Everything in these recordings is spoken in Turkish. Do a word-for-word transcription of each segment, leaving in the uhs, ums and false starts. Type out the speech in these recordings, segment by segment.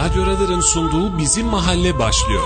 Radyo Radar'ın sunduğu Bizim Mahalle başlıyor.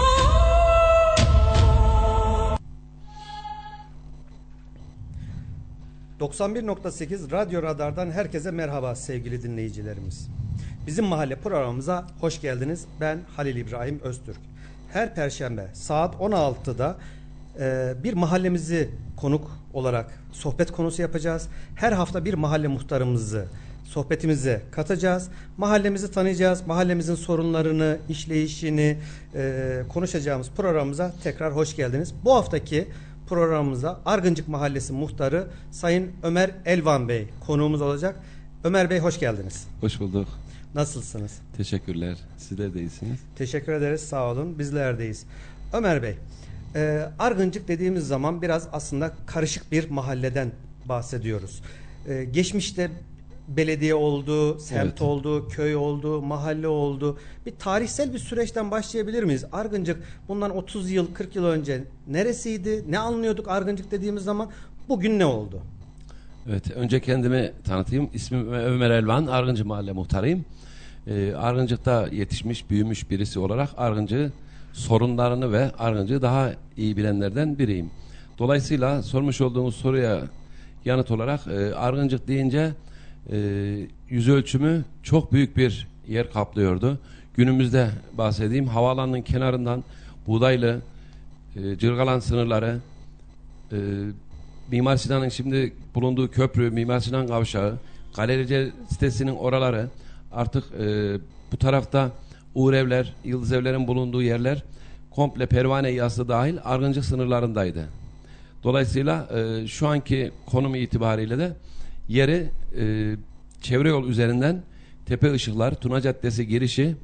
doksan bir nokta sekiz Radyo Radar'dan herkese merhaba sevgili dinleyicilerimiz. Bizim Mahalle programımıza hoş geldiniz. Ben Halil İbrahim Öztürk. Her Perşembe saat on altıda e, bir mahallemizi konuk olarak sohbet konusu yapacağız. Her hafta bir mahalle muhtarımızı sohbetimize katacağız. Mahallemizi tanıyacağız. Mahallemizin sorunlarını, işleyişini e, konuşacağımız programımıza tekrar hoş geldiniz. Bu haftaki programımıza Argıncık Mahallesi Muhtarı Sayın Ömer Elvan Bey konuğumuz olacak. Ömer Bey hoş geldiniz. Hoş bulduk. Nasılsınız? Teşekkürler. Sizler de iyisiniz. Teşekkür ederiz. Sağ olun. Bizler deyiz. Ömer Bey, e, Argıncık dediğimiz zaman biraz aslında karışık bir mahalleden bahsediyoruz. E, geçmişte belediye oldu, semt evet. oldu, köy oldu, mahalle oldu. Bir tarihsel bir süreçten başlayabilir miyiz? Argıncık bundan otuz yıl, kırk yıl önce neresiydi? Ne anlıyorduk Argıncık dediğimiz zaman? Bugün ne oldu? Evet, önce kendimi tanıtayım. İsmim Ömer Elvan, Argıncık Mahalle Muhtarıyım. Ee, Argıncık'ta yetişmiş, büyümüş birisi olarak Argıncık'ı sorunlarını ve Argıncık'ı daha iyi bilenlerden biriyim. Dolayısıyla sormuş olduğunuz soruya yanıt olarak e, Argıncık deyince e, yüz ölçümü çok büyük bir yer kaplıyordu. Günümüzde bahsedeyim, havaalanının kenarından Buğdaylı, e, Cırgalan sınırları, e, Mimar Sinan'ın şimdi bulunduğu köprü, Mimar Sinan Kavşağı, Galerici sitesinin oraları, artık e, bu tarafta Uğur Evler, Yıldız Evler'in bulunduğu yerler komple Pervane Yası dahil Argıncık sınırlarındaydı. Dolayısıyla e, şu anki konumu itibariyle de yeri e, çevre yol üzerinden Tepe Işıklar, Tuna Caddesi girişi,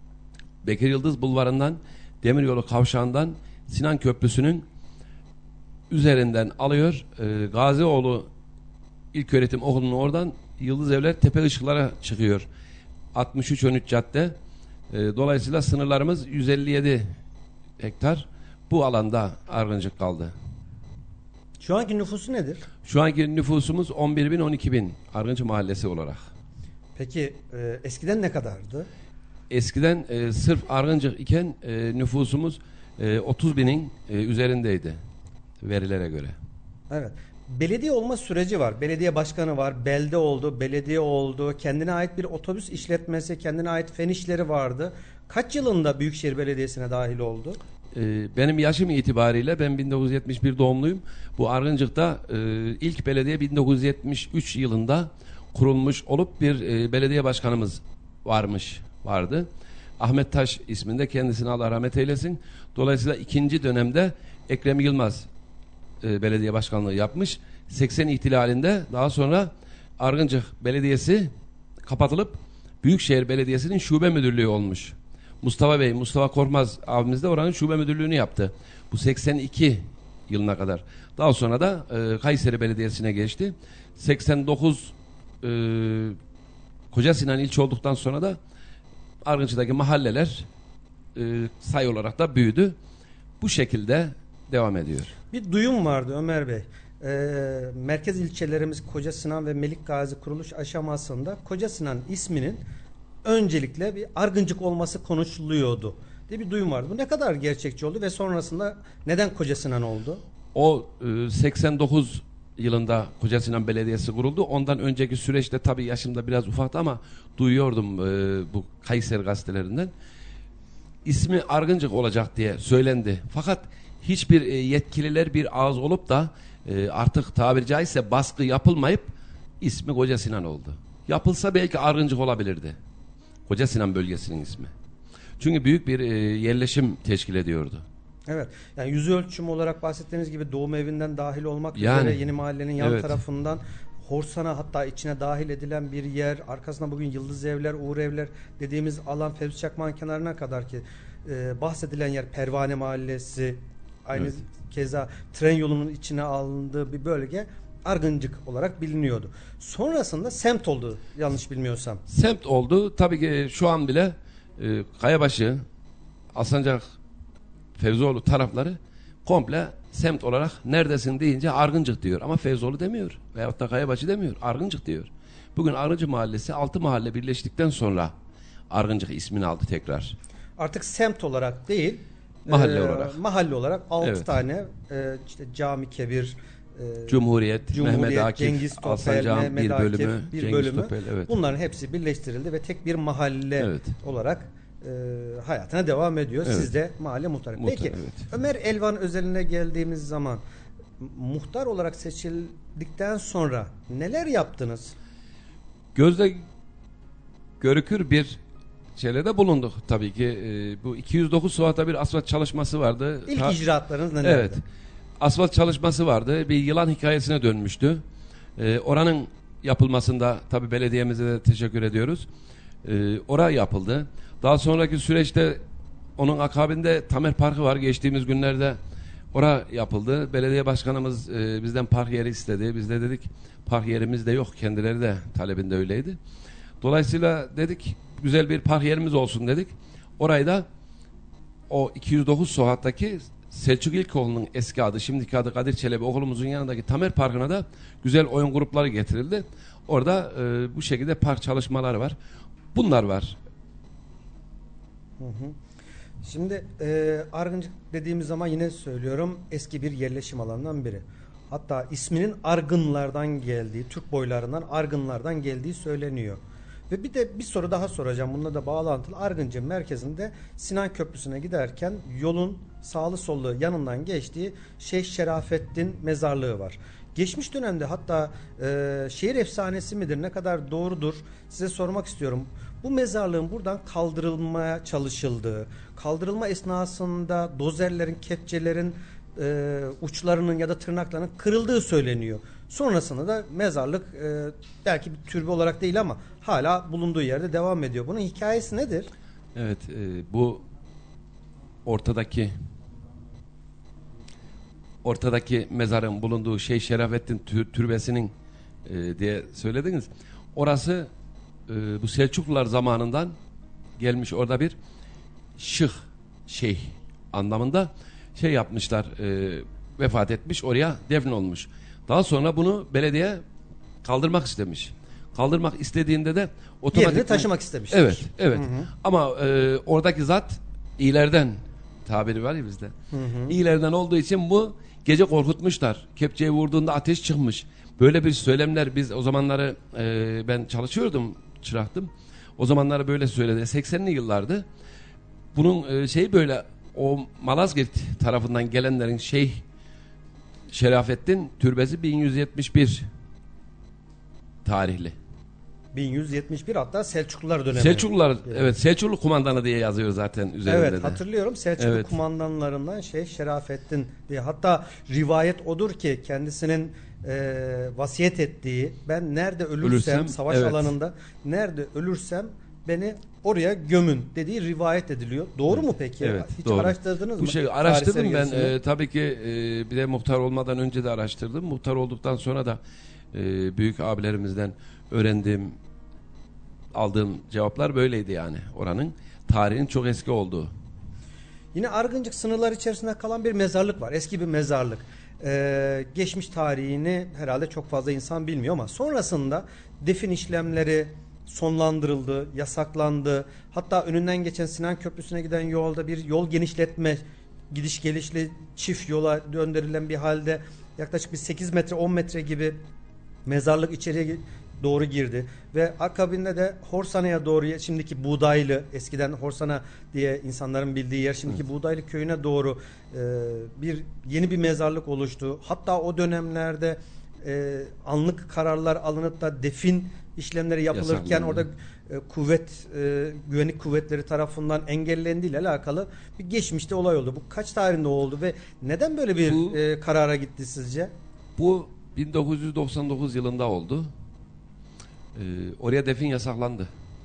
Bekir Yıldız Bulvarı'ndan, Demiryolu Kavşağı'ndan Sinan Köprüsü'nün üzerinden alıyor. E, Gazioğlu İlköğretim Okulu'nun oradan Yıldız Evler Tepe Işıklar'a çıkıyor. altmış üç on üç cadde. E, dolayısıyla sınırlarımız yüz elli yedi hektar. Bu alanda Argıncık kaldı. Şu anki nüfusu nedir? Şu anki nüfusumuz on bir bin on iki bin Argıncık Mahallesi olarak. Peki e, eskiden ne kadardı? Eskiden e, sırf Argıncık iken e, nüfusumuz e, otuz binin e, üzerindeydi verilere göre. Evet. Belediye olma süreci var. Belediye başkanı var. Belde oldu, belediye oldu. Kendine ait bir otobüs işletmesi, kendine ait fen işleri vardı. Kaç yılında Büyükşehir Belediyesi'ne dahil oldu? Ee, benim yaşım itibariyle ben bin dokuz yüz yetmiş bir doğumluyum. Bu Argıncık'ta e, ilk belediye bin dokuz yüz yetmiş üç yılında kurulmuş olup bir e, belediye başkanımız varmış, vardı. Ahmet Taş isminde, kendisine Allah rahmet eylesin. Dolayısıyla ikinci dönemde Ekrem Yılmaz e, belediye başkanlığı yapmış. seksen ihtilalinde daha sonra Argıncık Belediyesi kapatılıp Büyükşehir Belediyesi'nin şube müdürlüğü olmuş. Mustafa Bey, Mustafa Korkmaz abimiz de oranın şube müdürlüğünü yaptı. Bu seksen iki yılına kadar. Daha sonra da e, Kayseri Belediyesi'ne geçti. seksen dokuz e, Koca Sinan ilçe olduktan sonra da Argıncık'taki mahalleler e, sayı olarak da büyüdü. Bu şekilde devam ediyor. Bir duyum vardı Ömer Bey. Ee, merkez ilçelerimiz Koca Sinan ve Melik Gazi kuruluş aşamasında Koca Sinan isminin öncelikle bir Argıncık olması konuşuluyordu diye bir duyum vardı. Bu ne kadar gerçekçi oldu ve sonrasında neden Koca Sinan oldu? O e, seksen dokuz yılında Koca Sinan Belediyesi kuruldu. Ondan önceki süreçte tabii yaşımda biraz ufaktı ama duyuyordum e, bu Kayseri gazetelerinden. İsmi Argıncık olacak diye söylendi. Fakat hiçbir e, yetkililer bir ağız olup da e, artık tabiri caizse baskı yapılmayıp ismi Koca Sinan oldu. Yapılsa belki Argıncık olabilirdi. Koca Sinan bölgesinin ismi. Çünkü büyük bir e, yerleşim teşkil ediyordu. Evet. Yani yüz ölçümü olarak bahsettiğiniz gibi doğum evinden dahil olmak yani, üzere Yeni Mahallenin yan evet. tarafından Horsana hatta içine dahil edilen bir yer. Arkasında bugün Yıldız Evler, Uğur Evler dediğimiz alan Fevzi Çakmak'ın kenarına kadar ki e, bahsedilen yer Pervane Mahallesi. Aynı evet. keza tren yolunun içine alındığı bir bölge Argıncık olarak biliniyordu. Sonrasında semt oldu yanlış bilmiyorsam. Semt oldu. Tabii ki şu an bile e, Kayabaşı, Alsancak, Fevzioğlu tarafları komple semt olarak neredesin deyince Argıncık diyor. Ama Fevzioğlu demiyor. Veyahut da Kayabaşı demiyor. Argıncık diyor. Bugün Argıncık Mahallesi altı mahalle birleştikten sonra Argıncık ismini aldı tekrar. Artık semt olarak değil, Mahalle e, olarak. Mahalle olarak altı Evet. tane e, işte Cami Kebir, e, Cumhuriyet, Cumhuriyet, Mehmet Akif, Cengiz Topel, Alsancak'ın Mehmet bir Akif, bölümü, bir Cengiz bölümü. Topel, evet. Bunların hepsi birleştirildi ve tek bir mahalle Evet. olarak e, hayatına devam ediyor. Evet. Siz de mahalle muhtarı. Muhtar, Peki evet. Ömer Elvan özeline geldiğimiz zaman muhtar olarak seçildikten sonra neler yaptınız? Gözle görükür bir şeylerde bulunduk tabii ki. Ee, bu iki yüz dokuz Suat'ta bir asfalt çalışması vardı. İlk Ta- icraatlarınız nelerdi? Evet. Asfalt çalışması vardı. Bir yılan hikayesine dönmüştü. Ee, oranın yapılmasında tabii belediyemize de teşekkür ediyoruz. Ee, oraya yapıldı. Daha sonraki süreçte onun akabinde Tamer Parkı var. Geçtiğimiz günlerde oraya yapıldı. Belediye başkanımız e, bizden park yeri istedi. Biz de dedik park yerimiz de yok. Kendileri de talebinde öyleydi. Dolayısıyla dedik güzel bir park yerimiz olsun dedik. Orayı da o iki yüz dokuz Sokak'taki Selçuk İlkokulu'nun eski adı, şimdiki adı Kadir Çelebi okulumuzun yanındaki Tamer Parkı'na da güzel oyun grupları getirildi. Orada e, bu şekilde park çalışmaları var. Bunlar var. Hı hı. Şimdi e, Argıncık dediğimiz zaman yine söylüyorum eski bir yerleşim alanından biri. Hatta isminin Argınlardan geldiği, Türk boylarından Argınlardan geldiği söyleniyor. Ve bir de bir soru daha soracağım. Bununla da bağlantılı. Argıncık merkezinde Sinan Köprüsü'ne giderken yolun sağlı sollu yanından geçtiği Şeyh Şerafettin mezarlığı var. Geçmiş dönemde hatta e, şehir efsanesi midir, ne kadar doğrudur size sormak istiyorum. Bu mezarlığın buradan kaldırılmaya çalışıldığı, kaldırılma esnasında dozerlerin, kepçelerin e, uçlarının ya da tırnaklarının kırıldığı söyleniyor. Sonrasında da mezarlık e, belki bir türbe olarak değil ama hala bulunduğu yerde devam ediyor. Bunun hikayesi nedir? Evet, e, bu ortadaki ortadaki mezarın bulunduğu Şeyh Şerafettin tür, türbesinin e, diye söylediniz. Orası e, bu Selçuklular zamanından gelmiş, orada bir şıh şeyh anlamında şey yapmışlar, e, vefat etmiş, oraya defn olmuş. Daha sonra bunu belediye kaldırmak istemiş. Kaldırmak istediğinde de otomatik Yerini taşımak istemişler. Evet, evet. Hı hı. Ama e, oradaki zat iyilerden, tabiri var ya bizde. Hı hı. İyilerden olduğu için bu gece korkutmuşlar. Kepçeyi vurduğunda ateş çıkmış. Böyle bir söylemler, biz o zamanları e, ben çalışıyordum, çıraktım. O zamanları böyle söyledi. seksenli yıllardı. Bunun e, şeyi böyle, o Malazgirt tarafından gelenlerin Şeyh Şerafettin türbesi bin yüz yetmiş bir tarihli. bin yüz yetmiş bir, hatta Selçuklular dönemi. Selçuklular, Evet. evet, Selçuklu kumandanı diye yazıyor zaten üzerinde Evet, de. hatırlıyorum. Selçuklu Evet. kumandanlarından Şeyh Şerafettin diye. Hatta rivayet odur ki kendisinin e, vasiyet ettiği, ben nerede ölürsem, Ölürsem, savaş evet. alanında nerede ölürsem beni oraya gömün dediği rivayet ediliyor. Doğru mu peki? Evet, Hiç doğru. araştırdınız Bu mı? şey araştırdım Tarihsel ben. gelişimi. E, tabii ki e, bir de muhtar olmadan önce de araştırdım. Muhtar olduktan sonra da e, büyük abilerimizden öğrendiğim, aldığım cevaplar böyleydi yani. Oranın tarihin çok eski olduğu. Yine Argıncık sınırlar içerisinde kalan bir mezarlık var. Eski bir mezarlık. Ee, geçmiş tarihini herhalde çok fazla insan bilmiyor ama sonrasında defin işlemleri sonlandırıldı, yasaklandı. Hatta önünden geçen Sinan Köprüsü'ne giden yolda bir yol genişletme, gidiş gelişli çift yola döndürülen bir halde yaklaşık bir sekiz metre on metre gibi mezarlık içeriye doğru girdi ve akabinde de Horsana'ya doğru, şimdiki Buğdaylı, eskiden Horsana diye insanların bildiği yer, şimdiki evet. Buğdaylı köyüne doğru e, bir yeni bir mezarlık oluştu. Hatta o dönemlerde e, anlık kararlar alınıp da defin işlemleri yapılırken Yasaklandı. orada e, kuvvet e, güvenlik kuvvetleri tarafından engellendiği ile alakalı bir geçmişte olay oldu. Bu kaç tarihinde oldu ve neden böyle bir Bu, e, karara gitti sizce? Bu bin dokuz yüz doksan dokuz yılında oldu. Ee, oraya defin yasaklandı.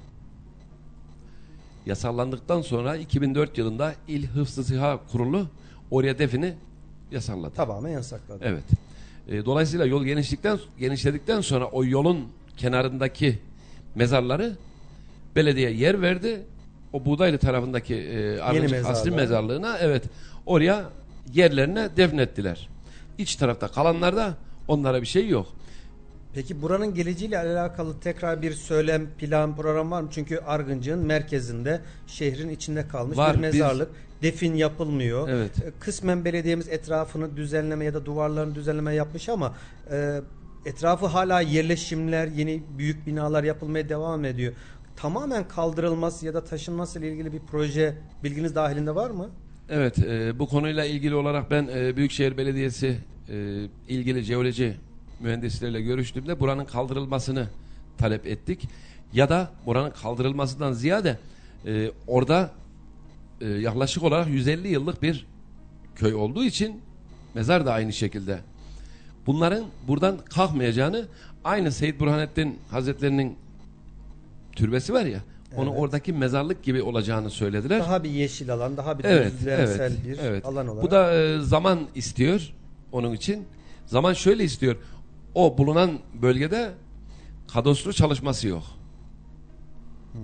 Yasaklandıktan sonra iki bin dört yılında İl Hıfzı Siha Kurulu oraya defini yasakladı. Tamamen yasakladı. Evet. Ee, dolayısıyla yol genişledikten genişledikten sonra o yolun kenarındaki mezarları belediye yer verdi. O Buğdaylı tarafındaki e, Argıncık Asri Mezarlığı'na, evet, oraya yerlerine defnettiler. İç tarafta kalanlarda onlara bir şey yok. Peki buranın geleceğiyle alakalı tekrar bir söylem, plan, program var mı? Çünkü Argıncık'ın merkezinde, şehrin içinde kalmış Var, bir mezarlık. biz... Defin yapılmıyor. Evet. Kısmen belediyemiz etrafını düzenleme ya da duvarlarını düzenleme yapmış ama e, etrafı hala yerleşimler, yeni büyük binalar yapılmaya devam ediyor. Tamamen kaldırılması ya da taşınması ile ilgili bir proje bilginiz dahilinde var mı? Evet, e, bu konuyla ilgili olarak ben e, Büyükşehir Belediyesi e, ilgili jeoloji mühendisleriyle görüştüğümde buranın kaldırılmasını talep ettik. Ya da buranın kaldırılmasından ziyade e, orada e, yaklaşık olarak yüz elli yıllık bir köy olduğu için mezar da aynı şekilde. Bunların buradan kalkmayacağını, aynı Seyyid Burhanettin Hazretlerinin türbesi var ya, evet, onu oradaki mezarlık gibi olacağını söylediler. Daha bir yeşil alan, daha bir evet, düzensel evet, bir evet. alan olarak. Bu da e, zaman istiyor onun için. Zaman şöyle istiyor. O bulunan bölgede kadastro çalışması yok. Hmm.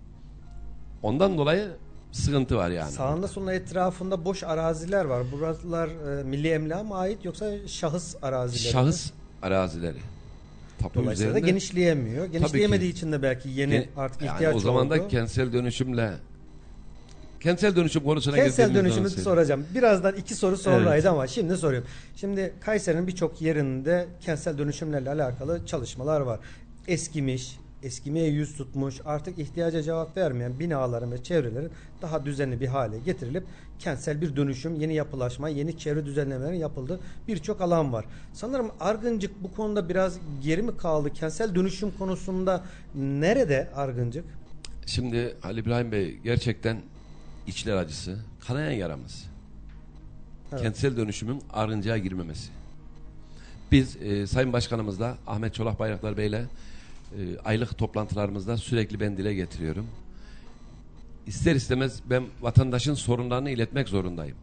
Ondan dolayı sıkıntı var yani. Sağında solunda etrafında boş araziler var. Buralar e, milli emlağa mı ait yoksa şahıs arazileri? Şahıs arazileri. Tapu Dolayısıyla üzerinde, da genişleyemiyor. Genişleyemediği için de belki yeni Gen, artık yani ihtiyaç oldu. O zaman da kentsel dönüşümle kentsel dönüşüm konusuna Kentsel dönüşümü soracağım. Birazdan iki soru sonraydı, evet, ama şimdi soruyorum. Şimdi Kayseri'nin birçok yerinde kentsel dönüşümlerle alakalı çalışmalar var. Eskimiş, eskimeye yüz tutmuş, artık ihtiyaca cevap vermeyen binaların ve çevrelerin daha düzenli bir hale getirilip kentsel bir dönüşüm, yeni yapılaşma, yeni çevre düzenlemelerin yapıldığı birçok alan var. Sanırım Argıncık bu konuda biraz geri mi kaldı? Kentsel dönüşüm konusunda nerede Argıncık? Şimdi Ali İbrahim Bey, gerçekten içler acısı, kanayan yaramız. Evet. Kentsel dönüşümün Argıncık'a girmemesi. Biz e, Sayın Başkanımızla, Ahmet Çolak Bayraktar Bey'le e, aylık toplantılarımızda sürekli ben dile getiriyorum. İster istemez ben vatandaşın sorunlarını iletmek zorundayım.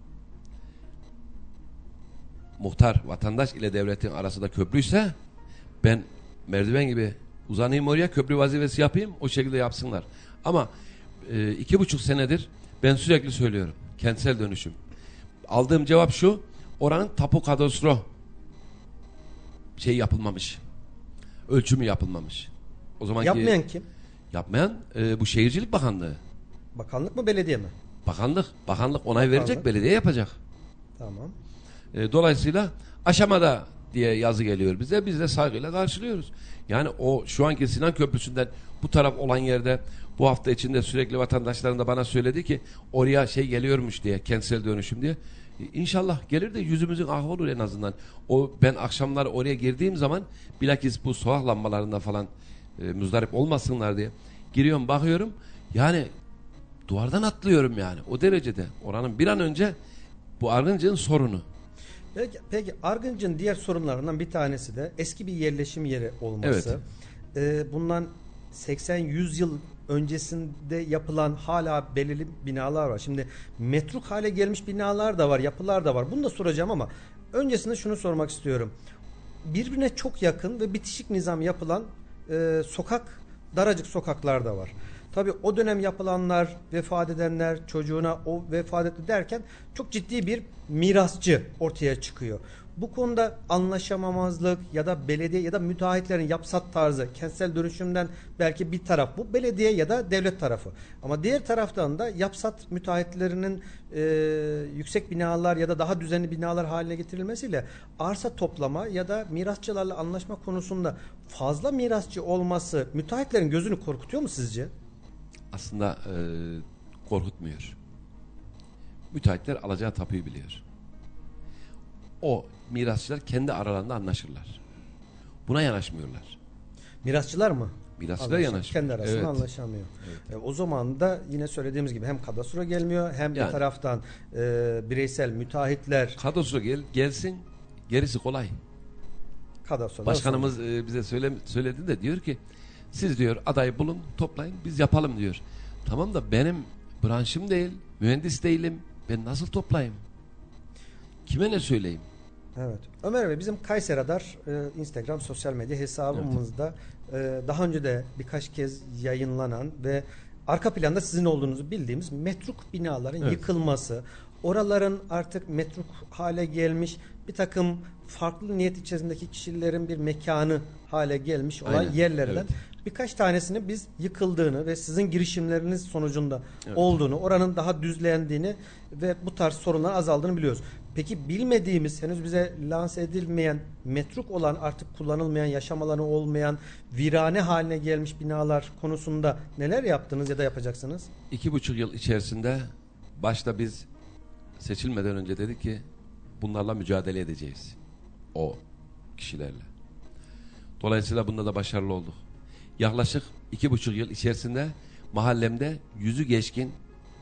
Muhtar, vatandaş ile devletin arasında köprüyse ben merdiven gibi uzanayım oraya, köprü vazifesi yapayım, o şekilde yapsınlar. Ama e, iki buçuk senedir ben sürekli söylüyorum. Kentsel dönüşüm. Aldığım cevap şu: oranın tapu kadastro şey yapılmamış. Ölçümü yapılmamış. O zaman yapmayan kim? Yapmayan e, bu Şehircilik Bakanlığı. Bakanlık mı, belediye mi? Bakanlık. Bakanlık onay Bakanlık. verecek, belediye yapacak. Tamam. E, dolayısıyla aşamada diye yazı geliyor bize. Biz de saygıyla karşılıyoruz. Yani o şu anki Sinan Köprüsü'nden bu taraf olan yerde bu hafta içinde sürekli vatandaşların da bana söyledi ki oraya şey geliyormuş diye, kentsel dönüşüm diye. E, İnşallah gelir de yüzümüzün ahı olur en azından. O, ben akşamlar oraya girdiğim zaman bilakis bu sokak lambalarında falan e, müzdarip olmasınlar diye giriyorum, bakıyorum. Yani duvardan atlıyorum yani. O derecede. Oranın bir an önce bu Argıncık'ın sorunu. Peki, peki Argıncık'ın diğer sorunlarından bir tanesi de eski bir yerleşim yeri olması. Evet. Ee, bundan seksen yüz yıl öncesinde yapılan hala belirli binalar var. Şimdi metruk hale gelmiş binalar da var, yapılar da var. Bunu da soracağım ama öncesinde şunu sormak istiyorum. Birbirine çok yakın ve bitişik nizam yapılan e, sokak, daracık sokaklar da var. Tabii o dönem yapılanlar, vefat edenler, çocuğuna o vefat etti derken çok ciddi bir mirasçı ortaya çıkıyor. Bu konuda anlaşamamazlık ya da belediye ya da müteahhitlerin yapsat tarzı, kentsel dönüşümden belki bir taraf bu, belediye ya da devlet tarafı. Ama diğer taraftan da yapsat müteahhitlerinin e, yüksek binalar ya da daha düzenli binalar haline getirilmesiyle arsa toplama ya da mirasçılarla anlaşma konusunda fazla mirasçı olması müteahhitlerin gözünü korkutuyor mu sizce? Aslında e, korkutmuyor. Müteahhitler alacağı tapuyu biliyor. O mirasçılar kendi aralarında anlaşırlar. Buna yanaşmıyorlar. Mirasçılar mı? Mirasçılar yanaşmıyor. Kendi arasında evet. anlaşamıyor. Evet. E, o zaman da yine söylediğimiz gibi hem kadastro gelmiyor hem yani, bir taraftan e, bireysel müteahhitler. Kadastro gel, gelsin, gerisi kolay. Kadastro. Başkanımız e, bize söyle, söyledi de diyor ki siz diyor adayı bulun, toplayın, biz yapalım diyor. Tamam da benim branşım değil, mühendis değilim. Ben nasıl toplayayım? Kime ne söyleyeyim? Evet. Ömer Bey, bizim Kayseri Radar e, Instagram sosyal medya hesabımızda evet. e, daha önce de birkaç kez yayınlanan ve arka planda sizin olduğunuzu bildiğimiz metruk binaların evet. yıkılması, oraların artık metruk hale gelmiş bir takım farklı niyet içerisindeki kişilerin bir mekanı hale gelmiş olan Aynen, yerlerden evet. birkaç tanesini biz yıkıldığını ve sizin girişimleriniz sonucunda Evet. olduğunu, oranın daha düzlendiğini ve bu tarz sorunlar azaldığını biliyoruz. Peki bilmediğimiz, henüz bize lanse edilmeyen, metruk olan, artık kullanılmayan, yaşam alanı olmayan, virane haline gelmiş binalar konusunda neler yaptınız ya da yapacaksınız? İki buçuk yıl içerisinde başta biz seçilmeden önce dedik ki bunlarla mücadele edeceğiz. O kişilerle. Dolayısıyla bunda da başarılı olduk. Yaklaşık iki buçuk yıl içerisinde mahallemde yüzü geçkin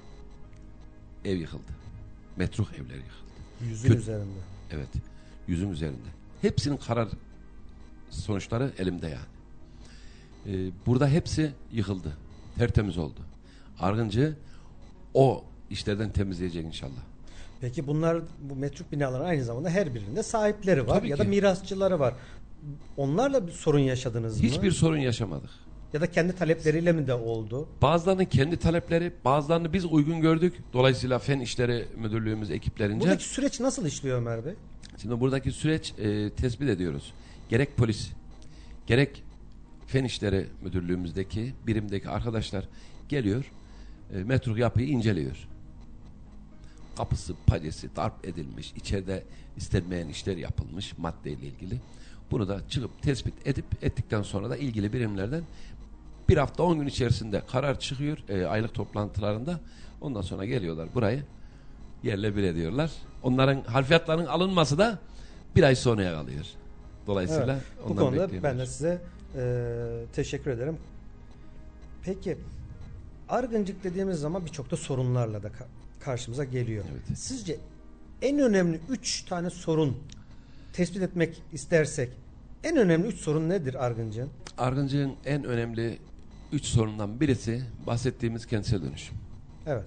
ev yıkıldı. Metruk evleri yıkıldı. Yüzün Kötü. üzerinde. Evet. Yüzün üzerinde. Hepsinin karar sonuçları elimde yani. Ee, burada hepsi yıkıldı. Tertemiz oldu. Argıncı o işlerden temizleyecek inşallah. Peki bunlar, bu metruk binaların aynı zamanda her birinde sahipleri var Tabii ya da ki. mirasçıları var. Onlarla bir sorun yaşadınız mı? Hiçbir sorun yaşamadık. Ya da kendi talepleriyle mi de oldu? Bazılarının kendi talepleri, bazılarını biz uygun gördük. Dolayısıyla Fen İşleri Müdürlüğümüz ekiplerince. Buradaki süreç nasıl işliyor Ömer Bey? Şimdi buradaki süreç e, tespit ediyoruz. Gerek polis, gerek Fen İşleri Müdürlüğümüzdeki birimdeki arkadaşlar geliyor, e, metruk yapıyı inceliyor. Kapısı, pacesi darp edilmiş, içeride istenmeyen işler yapılmış maddeyle ilgili. Bunu da çıkıp tespit edip ettikten sonra da ilgili birimlerden bir hafta on gün içerisinde karar çıkıyor e, aylık toplantılarında. Ondan sonra geliyorlar burayı yerle bir ediyorlar. Onların harfiyatların alınması da bir ay sonraya kalıyor. Dolayısıyla Evet, bu ondan konuda bekliyoruz. ben de size e, teşekkür ederim. Peki Argıncık dediğimiz zaman birçok da sorunlarla da ka- karşımıza geliyor. Evet. Sizce en önemli üç tane sorun tespit etmek istersek en önemli üç sorun nedir Argıncık'ın? Argıncık'ın en önemli üç sorundan birisi bahsettiğimiz kentsel dönüşüm. Evet.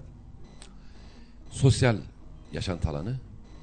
Sosyal yaşantı alanı.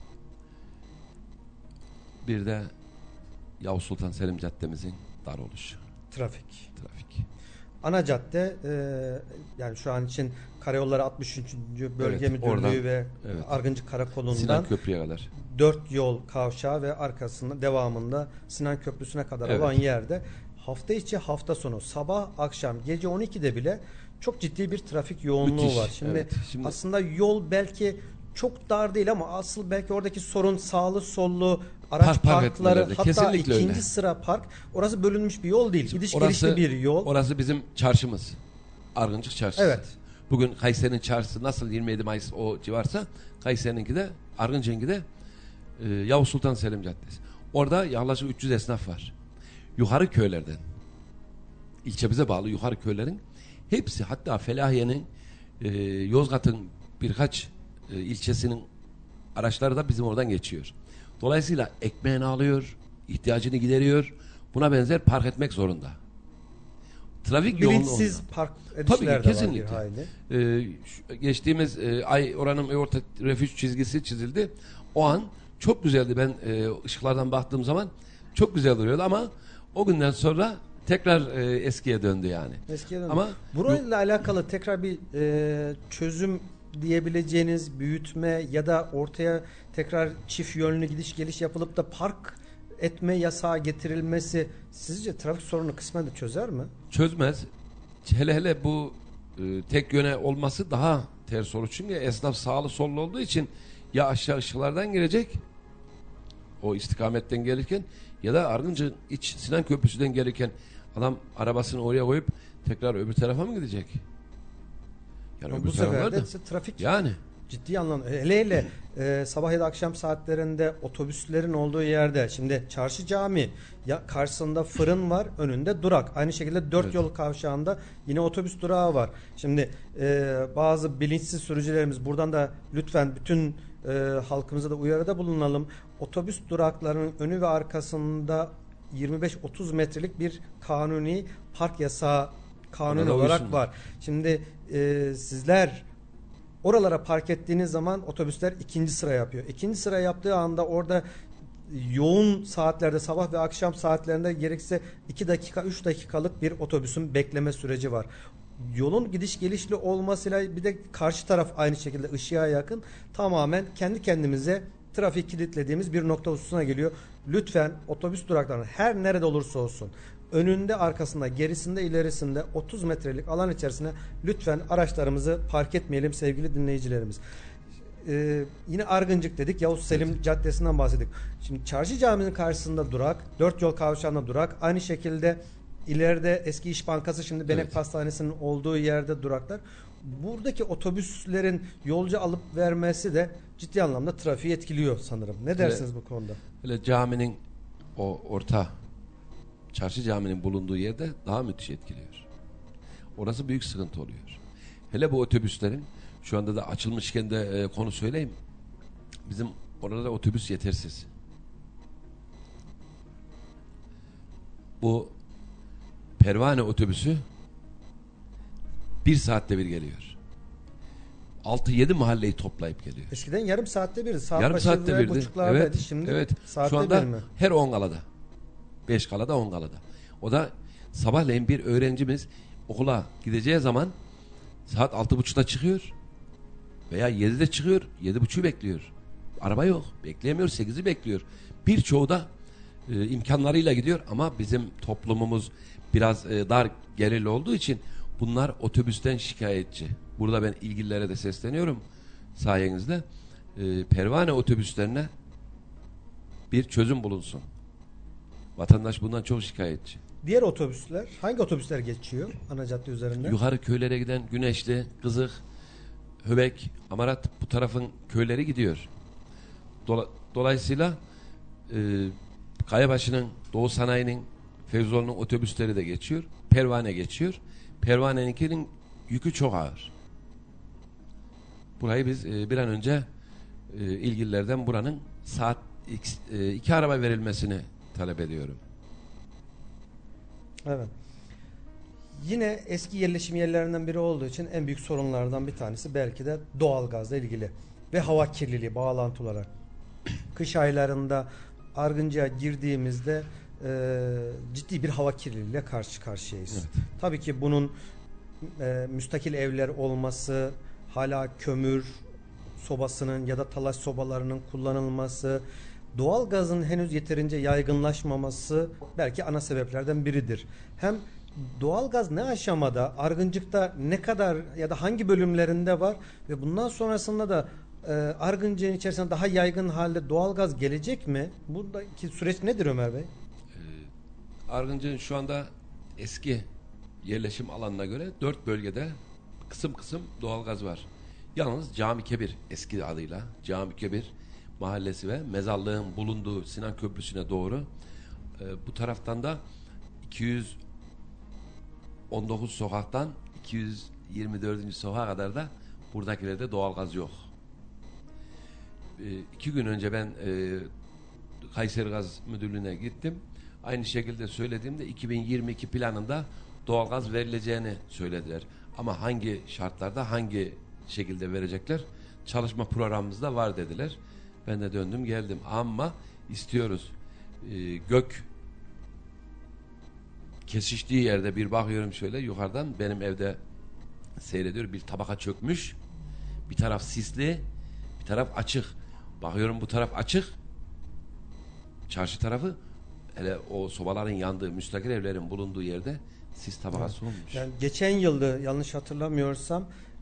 Bir de Yavuz Sultan Selim Caddemizin dar oluşu. Trafik. Trafik. Ana cadde e, yani şu an için Karayolları altmış üçüncü Bölge Evet, Müdürlüğü oradan, ve evet. Argıncık Karakolu'ndan Sinan Köprü'ye kadar. dört yol kavşağı ve arkasında devamında Sinan Köprüsü'ne kadar Evet. olan yerde hafta içi hafta sonu sabah akşam gece on ikide bile çok ciddi bir trafik yoğunluğu Müthiş, var. Şimdi, evet. Şimdi- aslında yol belki çok dar değil ama asıl belki oradaki sorun sağlı sollu araç Park- park parkları, etmeleri. hatta Kesinlikle ikinci öyle. sıra park. Orası bölünmüş bir yol değil. Gidiş Orası, gelişli bir yol. Orası bizim çarşımız. Argıncık Çarşısı. Evet. Bugün Kayseri'nin çarşısı nasıl yirmi yedi Mayıs o civarsa Kayseri'ninki de Argıncık'ınki de e, Yavuz Sultan Selim Caddesi. Orada yaklaşık üç yüz esnaf var. Yukarı köylerden, ilçemize bağlı yukarı köylerin hepsi, hatta Felahiye'nin, e, Yozgat'ın birkaç e, ilçesinin araçları da bizim oradan geçiyor. Dolayısıyla ekmeğini alıyor, ihtiyacını gideriyor. Buna benzer park etmek zorunda. Trafik yoğunluğu Bilinçsiz ondan. park Tabii edişler ki, de var bir kesinlikle. hayli. Ee, şu- geçtiğimiz e, ay oranın orta refüj çizgisi çizildi. O an çok güzeldi. Ben e, ışıklardan baktığım zaman çok güzel duruyordu ama o günden sonra tekrar e, eskiye döndü yani. Eskiye döndü. Ama burayla alakalı tekrar bir e, çözüm diyebileceğiniz büyütme ya da ortaya tekrar çift yönlü gidiş geliş yapılıp da park etme yasağı getirilmesi sizce trafik sorununu kısmen de çözer mi? çözmez. Hele hele bu e, tek yöne olması daha ters olur. Çünkü esnaf sağlı sollu olduğu için ya aşağı ışıklardan girecek o istikametten gelirken ya da Argıncı iç Sinan Köprüsü'den gelirken adam arabasını oraya koyup tekrar öbür tarafa mı gidecek? Yani Ama öbür bu sefer taraflar de da işte trafik yani ciddi anlamda hele hele e, sabah ya da akşam saatlerinde otobüslerin olduğu yerde şimdi çarşı cami ya karşısında fırın var, önünde durak. Aynı şekilde dört Evet. yol kavşağında yine otobüs durağı var. Şimdi e, bazı bilinçsiz sürücülerimiz buradan da lütfen bütün e, halkımıza da uyarıda bulunalım. Otobüs duraklarının önü ve arkasında yirmi beş otuz metrelik bir kanuni park yasağı kanuni Ona da olarak uysunlar. var. Şimdi e, sizler oralara park ettiğiniz zaman otobüsler ikinci sıra yapıyor. İkinci sıra yaptığı anda orada yoğun saatlerde sabah ve akşam saatlerinde gerekse iki dakika üç dakikalık bir otobüsün bekleme süreci var. Yolun gidiş gelişli olmasıyla bir de karşı taraf aynı şekilde ışığa yakın tamamen kendi kendimize trafik kilitlediğimiz bir nokta hususuna geliyor. Lütfen otobüs duraklarının her nerede olursa olsun önünde, arkasında, gerisinde, ilerisinde otuz metrelik alan içerisine lütfen araçlarımızı park etmeyelim sevgili dinleyicilerimiz. Ee, yine Argıncık dedik. Yavuz Selim evet. Caddesi'nden bahsettik. Şimdi Çarşı Camii'nin karşısında durak, dört yol kavşağında durak. Aynı şekilde ileride eski İş Bankası, şimdi Benek evet. Pastanesi'nin olduğu yerde duraklar. Buradaki otobüslerin yolcu alıp vermesi de ciddi anlamda trafiği etkiliyor sanırım. Ne dersiniz öyle, bu konuda? Öyle caminin o orta Çarşı Camii'nin bulunduğu yerde daha müthiş etkiliyor. Orası büyük sıkıntı oluyor. Hele bu otobüslerin şu anda da açılmışken de e, konu söyleyeyim. Bizim orada otobüs yetersiz. Bu Pervane otobüsü bir saatte bir geliyor. altı yedi mahalleyi toplayıp geliyor. Eskiden yarım saatte bir, saat yarım başı saatte ve birdi. buçuklardaydı. Evet, şimdi evet. saatte şu anda bir mi? Her on kalada. beş kalada, on kalada. O da sabahleyin bir öğrencimiz okula gideceği zaman saat altı buçukta çıkıyor veya yedide çıkıyor, yedi buçuğu bekliyor. Araba yok, bekleyemiyor, sekizi bekliyor. Birçoğu da e, imkanlarıyla gidiyor ama bizim toplumumuz biraz e, dar gelirli olduğu için bunlar otobüsten şikayetçi. Burada ben ilgililere de sesleniyorum sayenizde. E, Pervane otobüslerine bir çözüm bulunsun. Vatandaş bundan çok şikayetçi. Diğer otobüsler, hangi otobüsler geçiyor ana cadde üzerinde? Yukarı köylere giden Güneşli, Kızık, Höbek, Amarat, bu tarafın köyleri gidiyor. Dola, dolayısıyla e, Kayabaşı'nın, Doğu Sanayi'nin, Fevzioğlu'nun otobüsleri de geçiyor. Pervane geçiyor. Pervane'ninkinin yükü çok ağır. Burayı biz e, bir an önce e, ilgililerden buranın saat x, e, iki araba verilmesini talep ediyorum. Evet. Yine eski yerleşim yerlerinden biri olduğu için en büyük sorunlardan bir tanesi belki de doğalgazla ilgili ve hava kirliliği bağlantı olarak. Kış aylarında Argıncık'a girdiğimizde e, ciddi bir hava kirliliğiyle karşı karşıyayız. Evet. Tabii ki bunun e, müstakil evler olması, hala kömür sobasının ya da talaş sobalarının kullanılması, doğalgazın henüz yeterince yaygınlaşmaması belki ana sebeplerden biridir. Hem doğalgaz ne aşamada, Argıncık'ta ne kadar ya da hangi bölümlerinde var ve bundan sonrasında da e, Argıncık'ın içerisinde daha yaygın halde doğalgaz gelecek mi? Buradaki süreç nedir Ömer Bey? Ee, Argıncık'ın şu anda eski yerleşim alanına göre dört bölgede kısım kısım doğalgaz var. Yalnız Cami Kebir eski adıyla Cami Kebir mahallesi ve mezarlığın bulunduğu Sinan Köprüsü'ne doğru e, bu taraftan da iki yüz on dokuz sokaktan iki yüz yirmi dördüncü sokağa kadar da buradakilerde doğalgaz yok. E, iki gün önce ben e, Kayseri Gaz Müdürlüğü'ne gittim. Aynı şekilde söylediğimde iki bin yirmi iki planında doğalgaz verileceğini söylediler. Ama hangi şartlarda, hangi şekilde verecekler? Çalışma programımızda var dediler. Ben de döndüm geldim. Ama istiyoruz. Ee, gök kesiştiği yerde bir bakıyorum şöyle yukarıdan, benim evde seyrediyor, bir tabaka çökmüş. Bir taraf sisli, bir taraf açık. Bakıyorum bu taraf açık. Çarşı tarafı, hele o sobaların yandığı, müstakil evlerin bulunduğu yerde sis tabakası olmuş. Yani geçen yılda yanlış hatırlamıyorsam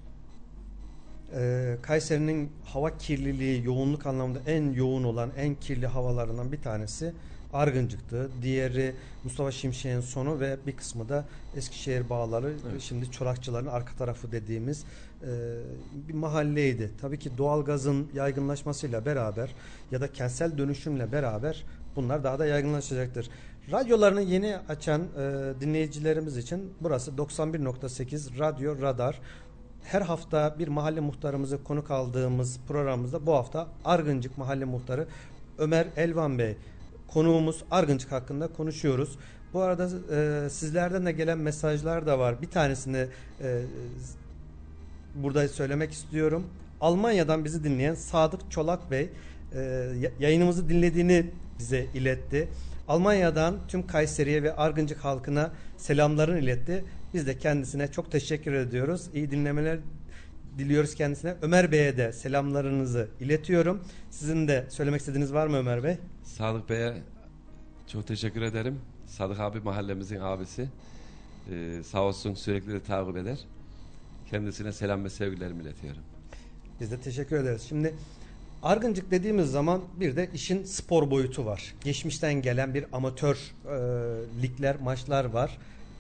e, Kayseri'nin hava kirliliği yoğunluk anlamda en yoğun olan, en kirli havalarından bir tanesi Argıncık'tı. Diğeri Mustafa Şimşek'in sonu ve bir kısmı da Eskişehir Bağları, evet. Şimdi Çorakçıların arka tarafı dediğimiz e, bir mahalleydi. Tabii ki doğalgazın yaygınlaşmasıyla beraber ya da kentsel dönüşümle beraber bunlar daha da yaygınlaşacaktır. Radyolarını yeni açan e, dinleyicilerimiz için burası doksan bir nokta sekiz Radyo Radar. Her hafta bir mahalle muhtarımızı konuk aldığımız programımızda bu hafta Argıncık Mahalle Muhtarı Ömer Elvan Bey konuğumuz. Argıncık hakkında konuşuyoruz. Bu arada e, sizlerden de gelen mesajlar da var. Bir tanesini e, burada söylemek istiyorum. Almanya'dan bizi dinleyen Sadık Çolak Bey e, yayınımızı dinlediğini bize iletti. Almanya'dan tüm Kayseri'ye ve Argıncık halkına selamlarını iletti. Biz de kendisine çok teşekkür ediyoruz. İyi dinlemeler diliyoruz kendisine. Ömer Bey'e de selamlarınızı iletiyorum. Sizin de söylemek istediğiniz var mı Ömer Bey? Sadık Bey'e çok teşekkür ederim. Sadık abi mahallemizin abisi. Ee, sağ olsun sürekli de takip eder. Kendisine selam ve sevgilerimi iletiyorum. Biz de teşekkür ederiz. Şimdi Argıncık dediğimiz zaman bir de işin spor boyutu var. Geçmişten gelen bir amatör e, ligler, maçlar var.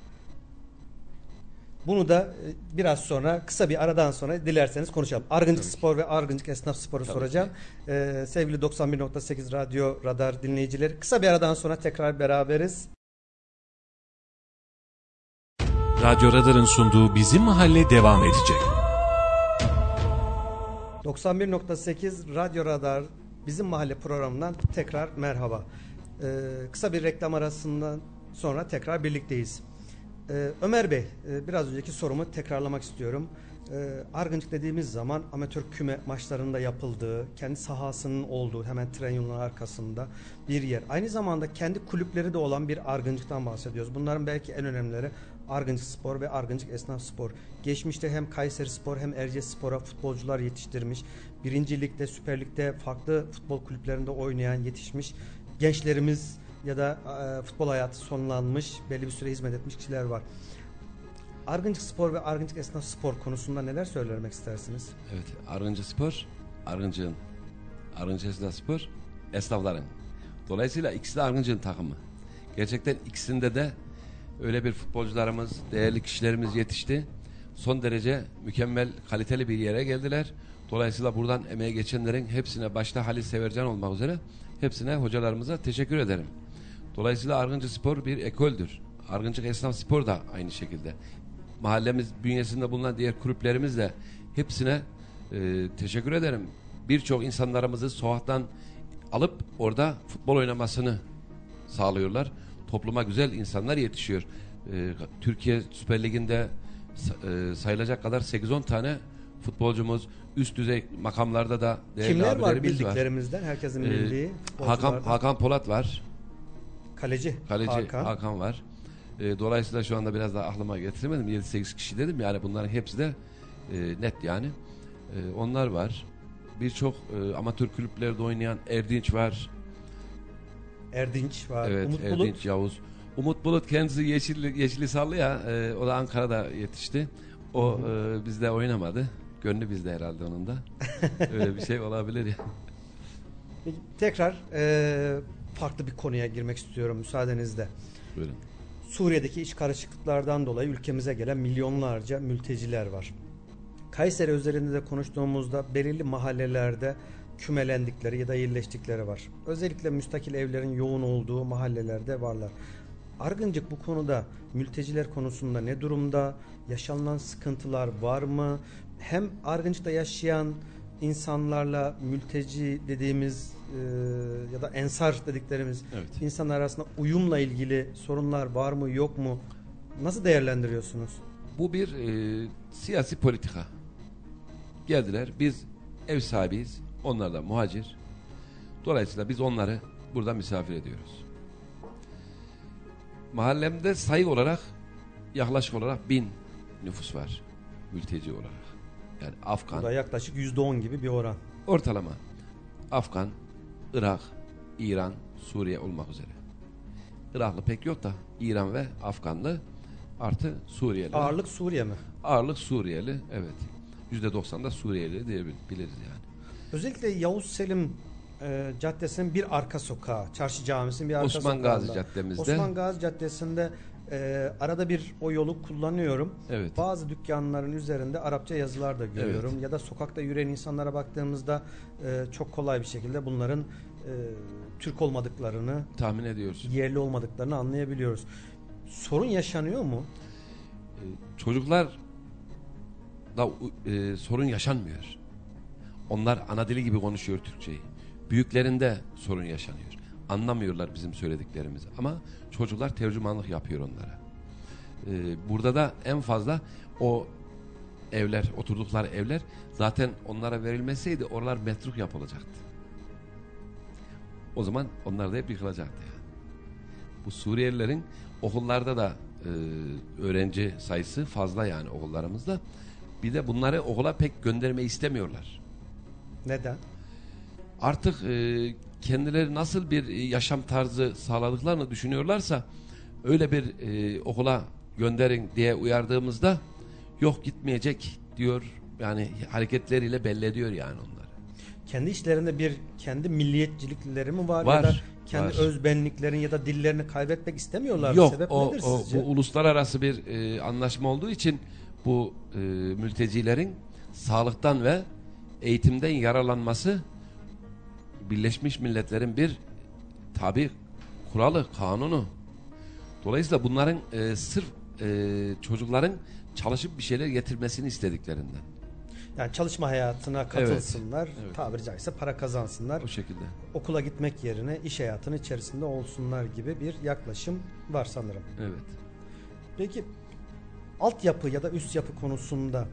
Bunu da e, biraz sonra, kısa bir aradan sonra dilerseniz konuşalım. Argıncık Tabii Spor ve Argıncık Esnaf Spor'u Tabii soracağım. E, sevgili doksan bir nokta sekiz Radyo Radar dinleyicileri, kısa bir aradan sonra tekrar beraberiz. Radyo Radar'ın sunduğu Bizim Mahalle devam edecek. doksan bir nokta sekiz Radyo Radar Bizim Mahalle programından tekrar merhaba. Ee, kısa bir reklam arasından sonra tekrar birlikteyiz. Ee, Ömer Bey, e, biraz önceki sorumu tekrarlamak istiyorum. Ee, Argıncık dediğimiz zaman amatör küme maçlarında yapıldığı, kendi sahasının olduğu, hemen tren yolunun arkasında bir yer. Aynı zamanda kendi kulüpleri de olan bir Argıncık'tan bahsediyoruz. Bunların belki en önemlileri Argıncık Spor ve Argıncık Esnaf Spor. Geçmişte hem Kayseri Spor hem Erciyes Spor'a futbolcular yetiştirmiş. Birinci Lig'de, Süper Lig'de farklı futbol kulüplerinde oynayan, yetişmiş gençlerimiz ya da e, futbol hayatı sonlanmış, belli bir süre hizmet etmiş kişiler var. Argıncık Spor ve Argıncık Esnaf Spor konusunda neler söylemek istersiniz? Evet, Argıncık Spor, Argıncık'ın, Argıncık Esnaf Spor, esnafların. Dolayısıyla ikisi de Argıncık'ın takımı. Gerçekten ikisinde de öyle bir futbolcularımız, değerli kişilerimiz yetişti. Son derece mükemmel, kaliteli bir yere geldiler. Dolayısıyla buradan emeğe geçenlerin hepsine, başta Halil Severcan olmak üzere, hepsine, hocalarımıza teşekkür ederim. Dolayısıyla Argıncık Spor bir ekoldür. Argıncık Esnaf Spor da aynı şekilde. Mahallemiz bünyesinde bulunan diğer kulüplerimiz de hepsine e, teşekkür ederim. Birçok insanlarımızı sokaktan alıp orada futbol oynamasını sağlıyorlar. Topluma güzel insanlar yetişiyor. Ee, Türkiye Süper Ligi'nde e, sayılacak kadar sekiz on tane futbolcumuz, üst düzey makamlarda da değerli kimler var abilerimiz bildiklerimizden, herkesin Ee, bildiği? Hakan, Hakan Polat var. Kaleci, Kaleci Hakan. Hakan var. Ee, dolayısıyla şu anda biraz daha aklıma getiremedim. yedi sekiz kişi dedim. Yani bunların hepsi de e, net yani. E, onlar var. Birçok e, amatör kulüplerde oynayan Erdinç var. Erdinç var. Evet, Umut Erdinç Bulut. Yavuz. Umut Bulut kendisi Yeşil, Yeşilisarlı ya. E, o da Ankara'da yetişti. O e, bizde oynamadı. Gönlü bizde herhalde onun da. Öyle bir şey olabilir ya. Peki, tekrar e, farklı bir konuya girmek istiyorum müsaadenizle. Buyurun. Suriye'deki iç karışıklıklardan dolayı ülkemize gelen milyonlarca mülteciler var. Kayseri özelinde de konuştuğumuzda belirli mahallelerde kümelendikleri ya da yerleştikleri var. Özellikle müstakil evlerin yoğun olduğu mahallelerde varlar. Argıncık bu konuda, mülteciler konusunda ne durumda? Yaşanılan sıkıntılar var mı? Hem Argıncık'ta yaşayan insanlarla mülteci dediğimiz e, ya da ensar dediklerimiz Evet. insanlar arasında uyumla ilgili sorunlar var mı yok mu? Nasıl değerlendiriyorsunuz? Bu bir e, siyasi politika. Geldiler. Biz ev sahibiyiz. Onlar da muhacir. Dolayısıyla biz onları burada misafir ediyoruz. Mahallemde sayı olarak yaklaşık olarak bin nüfus var. Mülteci olarak. Yani Afgan. Bu da yaklaşık yüzde on gibi bir oran. Ortalama. Afgan, Irak, İran, Suriye olmak üzere. Iraklı pek yok da İran ve Afganlı artı Suriyeli. Ağırlık Suriye mi? Ağırlık Suriyeli, evet. yüzde doksan da Suriyeli diyebiliriz yani. Özellikle Yavuz Selim e, Caddesi'nin bir arka sokağı, Çarşı Camisi'nin bir arka Osman sokağında. Gazi Caddemizde. Osman Gazi Caddesi'nde e, arada bir o yolu kullanıyorum. Evet. Bazı dükkanların üzerinde Arapça yazılar da görüyorum. Evet. Ya da sokakta yürüyen insanlara baktığımızda e, çok kolay bir şekilde bunların e, Türk olmadıklarını, Tahmin ediyoruz. yerli olmadıklarını anlayabiliyoruz. Sorun yaşanıyor mu? Ee, çocuklar da e, sorun yaşanmıyor. Onlar ana dili gibi konuşuyor Türkçeyi. Büyüklerinde sorun yaşanıyor. Anlamıyorlar bizim söylediklerimizi. Ama çocuklar tercümanlık yapıyor onlara. Ee, burada da en fazla o evler, oturdukları evler zaten onlara verilmeseydi oralar metruk yapılacaktı. O zaman onlar da hep yıkılacaktı yani. Bu Suriyelilerin okullarda da e, öğrenci sayısı fazla yani okullarımızda. Bir de bunları okula pek göndermeyi istemiyorlar. Neden? Artık e, kendileri nasıl bir yaşam tarzı sağladıklarını düşünüyorlarsa öyle bir e, okula gönderin diye uyardığımızda yok gitmeyecek diyor. Yani hareketleriyle belli ediyor yani onları. Kendi işlerinde bir kendi milliyetçilikleri mi var, Var, ya da kendi var. özbenliklerin ya da dillerini kaybetmek istemiyorlar. Yok, Sebep o, nedir o, sizce? bu uluslararası bir e, anlaşma olduğu için bu e, mültecilerin sağlıktan ve eğitimden yararlanması Birleşmiş Milletler'in bir tabi kuralı, kanunu. Dolayısıyla bunların e, sırf e, çocukların çalışıp bir şeyler getirmesini istediklerinden. Yani çalışma hayatına katılsınlar, Evet, evet. tabiri caizse para kazansınlar. O şekilde. Okula gitmek yerine iş hayatının içerisinde olsunlar gibi bir yaklaşım var sanırım. Evet. Peki altyapı ya da üst yapı konusunda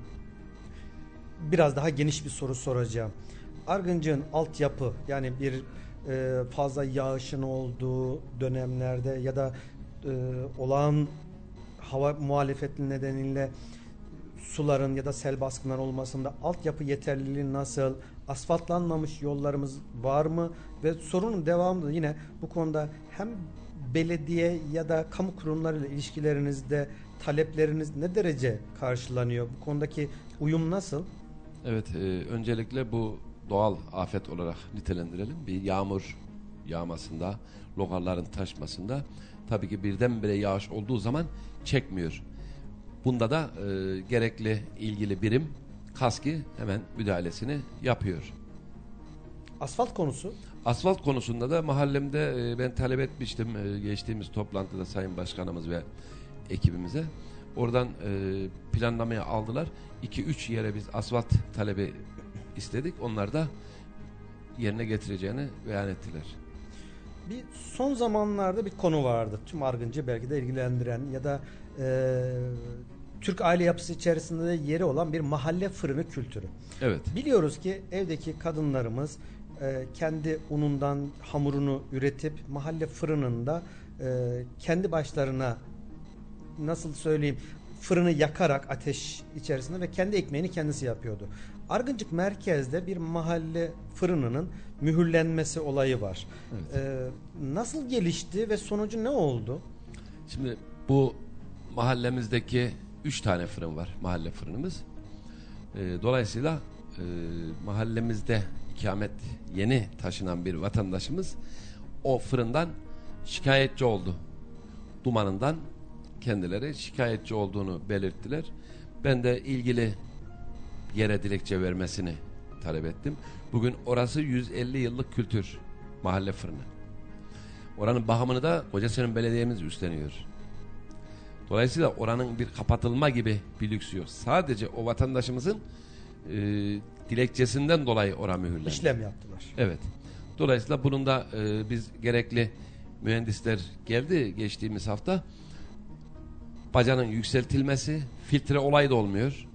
biraz daha geniş bir soru soracağım. Argıncık'ın altyapı, yani bir e, fazla yağışın olduğu dönemlerde ya da e, olağan hava muhalefeti nedeniyle suların ya da sel baskınları olmasında altyapı yeterliliği nasıl? Asfaltlanmamış yollarımız var mı? Ve sorunun devamında yine bu konuda hem belediye ya da kamu kurumlarıyla ilişkilerinizde talepleriniz ne derece karşılanıyor? Bu konudaki uyum nasıl? Evet, e, öncelikle bu doğal afet olarak nitelendirelim. Bir yağmur yağmasında, lokalların taşmasında tabii ki birdenbire yağış olduğu zaman çekmiyor. Bunda da e, gerekli ilgili birim KASKİ hemen müdahalesini yapıyor. Asfalt konusu? Asfalt konusunda da mahallemde e, ben talep etmiştim e, geçtiğimiz toplantıda Sayın Başkanımız ve ekibimize. Oradan e, planlamaya aldılar. iki üç yere biz asfalt talebi istedik. Onlar da yerine getireceğini beyan ettiler. Bir son zamanlarda bir konu vardı. Tüm Argıncı belki de ilgilendiren ya da e, Türk aile yapısı içerisinde de yeri olan bir mahalle fırını kültürü. Evet. Biliyoruz ki evdeki kadınlarımız e, kendi unundan hamurunu üretip mahalle fırınında e, kendi başlarına, nasıl söyleyeyim, fırını yakarak ateş içerisinde ve kendi ekmeğini kendisi yapıyordu. Argıncık merkezde bir mahalle fırınının mühürlenmesi olayı var. Evet. Ee, nasıl gelişti ve sonucu ne oldu? Şimdi bu mahallemizdeki üç tane fırın var, mahalle fırınımız. Ee, dolayısıyla e, mahallemizde ikamet yeni taşınan bir vatandaşımız o fırından şikayetçi oldu. Dumanından kendileri şikayetçi olduğunu belirttiler. Ben de ilgili yere dilekçe vermesini talep ettim. Bugün orası yüz elli yıllık kültür mahalle fırını. Oranın bakımını da Kocaeli Belediye'miz üstleniyor. Dolayısıyla oranın bir kapatılma gibi bir lüksü yok. Sadece o vatandaşımızın e, dilekçesinden dolayı oraya mühürlendi. İşlem yaptılar. Evet. Dolayısıyla bunun da e, biz gerekli mühendisler geldi geçtiğimiz hafta. Bacanın yükseltilmesi, filtre olayı da olmuyor.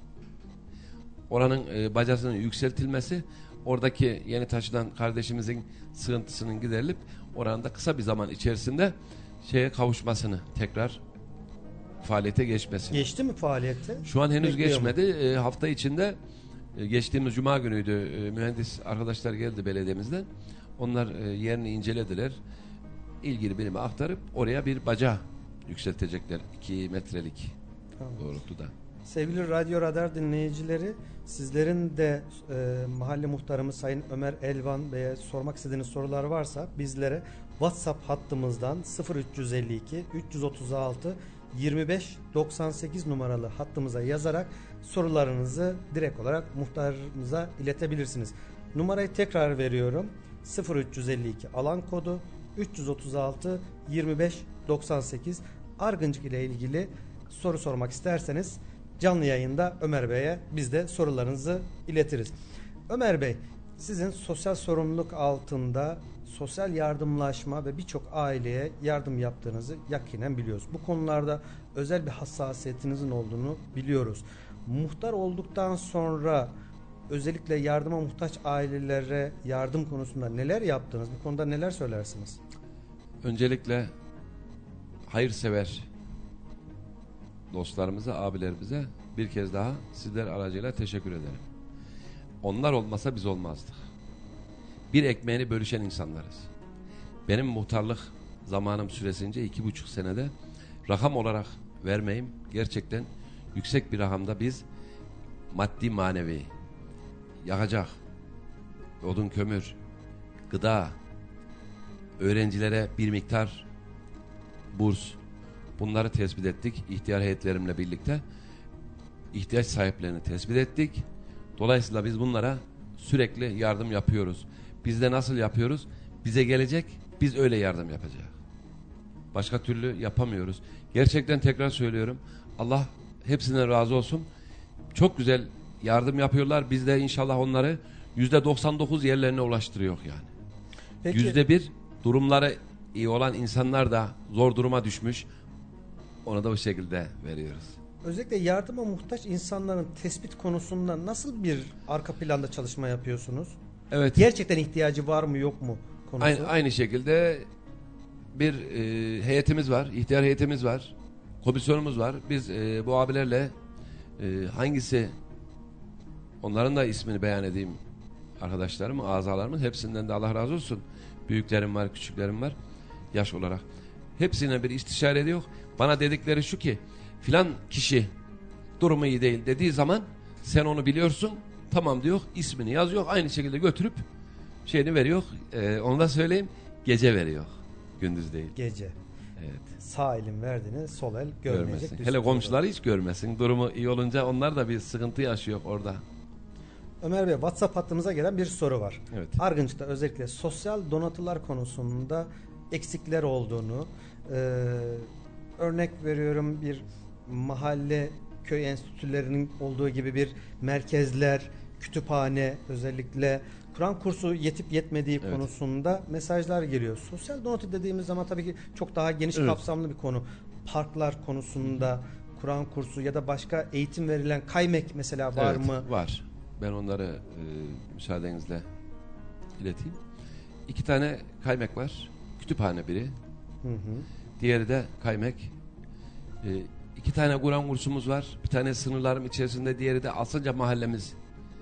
Oranın e, bacasının yükseltilmesi, oradaki yeni taşınan kardeşimizin sığıntısının giderilip oranın da kısa bir zaman içerisinde şeye kavuşmasını, tekrar faaliyete geçmesini. Geçti mi faaliyete? Şu an henüz Bekliyor geçmedi. E, hafta içinde e, geçtiğimiz cuma günüydü. E, mühendis arkadaşlar geldi belediyemizden. Onlar e, yerini incelediler. İlgili birime aktarıp oraya bir baca yükseltecekler. iki metrelik Tamam. doğrultuda. Sevgili Radyo Radar dinleyicileri, sizlerin de e, mahalle muhtarımız Sayın Ömer Elvan Bey'e sormak istediğiniz sorular varsa bizlere WhatsApp hattımızdan sıfır üç elli iki üç otuz altı yirmi beş doksan sekiz numaralı hattımıza yazarak sorularınızı direkt olarak muhtarımıza iletebilirsiniz. Numarayı tekrar veriyorum. sıfır üç elli iki alan kodu üç otuz altı yirmi beş doksan sekiz. Argıncık ile ilgili soru sormak isterseniz canlı yayında Ömer Bey'e biz de sorularınızı iletiriz. Ömer Bey, sizin sosyal sorumluluk altında sosyal yardımlaşma ve birçok aileye yardım yaptığınızı yakinen biliyoruz. Bu konularda özel bir hassasiyetinizin olduğunu biliyoruz. Muhtar olduktan sonra özellikle yardıma muhtaç ailelere yardım konusunda neler yaptınız? Bu konuda neler söylersiniz? Öncelikle hayırsever dostlarımıza, abilerimize bir kez daha sizler aracıyla teşekkür ederim. Onlar olmasa biz olmazdık. Bir ekmeğini bölüşen insanlarız. Benim muhtarlık zamanım süresince iki buçuk senede rakam olarak vermeyeyim, gerçekten yüksek bir rakamda biz maddi manevi, yakacak, odun kömür, gıda, öğrencilere bir miktar burs, bunları tespit ettik. İhtiyar heyetlerimle birlikte ihtiyaç sahiplerini tespit ettik. Dolayısıyla biz bunlara sürekli yardım yapıyoruz. Biz de nasıl yapıyoruz? Bize gelecek, biz öyle yardım yapacağız. Başka türlü yapamıyoruz. Gerçekten tekrar söylüyorum. Allah hepsinden razı olsun. Çok güzel yardım yapıyorlar. Biz de inşallah onları yüzde doksan dokuz yerlerine ulaştırıyor yani. Yüzde bir durumları iyi olan insanlar da zor duruma düşmüş. Onu da bu şekilde veriyoruz. Özellikle yardıma muhtaç insanların tespit konusunda nasıl bir arka planda çalışma yapıyorsunuz? Evet. Gerçekten ihtiyacı var mı yok mu konusu? Aynı, aynı şekilde bir e, heyetimiz var, ihtiyar heyetimiz var, komisyonumuz var. Biz e, bu abilerle e, hangisi, onların da ismini beyan edeyim arkadaşlarım, azalarımın hepsinden de Allah razı olsun. Büyüklerim var, küçüklerim var yaş olarak. Hepsine bir istişare ediyor. Bana dedikleri şu ki, filan kişi durumu iyi değil dediği zaman sen onu biliyorsun, tamam diyor, ismini yazıyor, aynı şekilde götürüp şeyini veriyor. Ee, onu da söyleyeyim, gece veriyor, gündüz değil. Gece. Evet. Sağ elin verdiğini sol el görmeyecek. Görmesin. Hele komşuları hiç görmesin. Durumu iyi olunca onlar da bir sıkıntı yaşıyor orada. Ömer Bey, WhatsApp hattımıza gelen bir soru var. Evet. Argınç'ta özellikle sosyal donatılar konusunda eksikler olduğunu, e, örnek veriyorum, bir mahalle köy enstitülerinin olduğu gibi bir merkezler, kütüphane, özellikle Kur'an kursu yetip yetmediği Evet. konusunda mesajlar geliyor. Sosyal donatı dediğimiz zaman tabii ki çok daha geniş Evet. kapsamlı bir konu. Parklar konusunda Kur'an kursu ya da başka eğitim verilen kaymek mesela var Evet, mı? var. Ben onları e, müsaadenizle ileteyim. İki tane kaymek var. Kütüphane biri. Hı hı. Diğeri de kaymek. E, iki tane Kur'an kursumuz var. Bir tane sınırlarım içerisinde, diğeri de Alsancak mahallemiz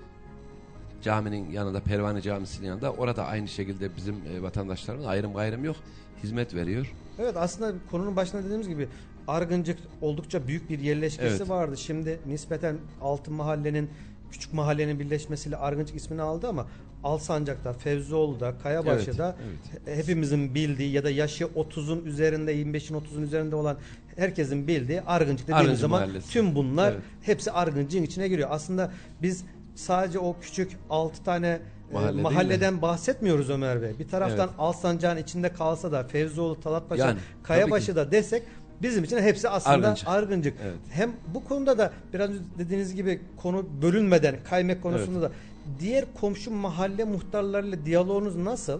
caminin yanında, Pervane Camisi'nin yanında. Orada aynı şekilde bizim e, vatandaşlarımız ayrım gayrım yok, hizmet veriyor. Evet, aslında konunun başında dediğimiz gibi Argıncık oldukça büyük bir yerleşkesi Evet. vardı. Şimdi nispeten altı mahallenin, küçük mahallenin birleşmesiyle Argıncık ismini aldı ama Alsancak'ta, Fevzioğlu'da, Kayabaşı'da Evet, hepimizin bildiği ya da yaşı otuzun üzerinde, yirmi beşin otuzun üzerinde olan herkesin bildiği Argıncık dediğimiz Argıncı zaman Mahallesi. tüm bunlar Evet. hepsi Argıncık'ın içine giriyor. Aslında biz sadece o küçük altı tane Mahalle e, değil mahalleden bahsetmiyoruz Ömer Bey. Bir taraftan Evet. Alsancak'ın içinde kalsa da Fevzioğlu, Talatpaşa, Yani, Kayabaşı da desek bizim için hepsi aslında Argıncık. Argıncık. Evet. Hem bu konuda da biraz önce dediğiniz gibi konu bölünmeden kaymak konusunda da diğer komşu mahalle muhtarlarıyla diyaloğunuz nasıl?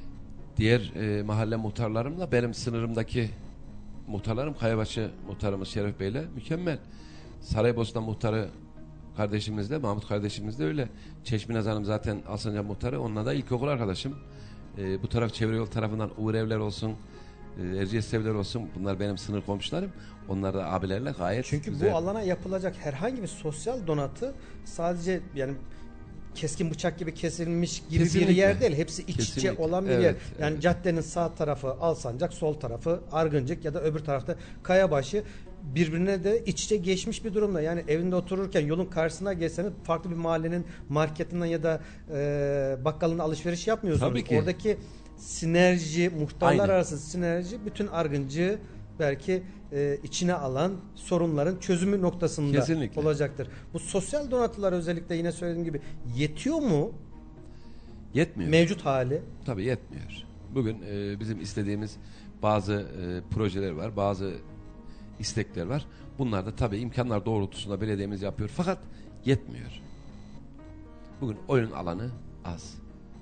Diğer e, mahalle muhtarlarımla benim sınırımdaki muhtarlarım, Kayabaşı muhtarımız Şeref Bey'le mükemmel. Saraybosna muhtarı kardeşimiz de, Mahmut kardeşimiz de öyle. Çeşminaz Hanım zaten Alsancak muhtarı, onunla da ilkokul arkadaşım. E, bu taraf çevre yol tarafından Uğur Evler olsun, e, Erciyes Evler olsun, bunlar benim sınır komşularım. Onlar da abilerle gayet Çünkü güzel. bu alana yapılacak herhangi bir sosyal donatı sadece yani keskin bıçak gibi kesilmiş gibi Kesinlikle. bir yer değil. Hepsi iç içe Kesinlikle. olan bir Evet, yer. Yani evet. caddenin sağ tarafı Alsancak, sol tarafı Argıncık ya da öbür tarafta Kayabaşı birbirine de iç içe geçmiş bir durumda. Yani evinde otururken yolun karşısına geçseniz farklı bir mahallenin marketinden ya da e, bakkalından alışveriş yapmıyorsunuz. Tabii ki. Oradaki sinerji, muhtarlar Aynen. arası sinerji bütün Argıncık'ı belki e, içine alan sorunların çözümü noktasında Kesinlikle. olacaktır. Bu sosyal donatılar özellikle yine söylediğim gibi yetiyor mu Yetmiyor. mevcut hali? Tabii yetmiyor. Bugün e, bizim istediğimiz bazı e, projeler var, bazı istekler var. Bunlar da tabii imkanlar doğrultusunda belediyemiz yapıyor. Fakat yetmiyor. Bugün oyun alanı az.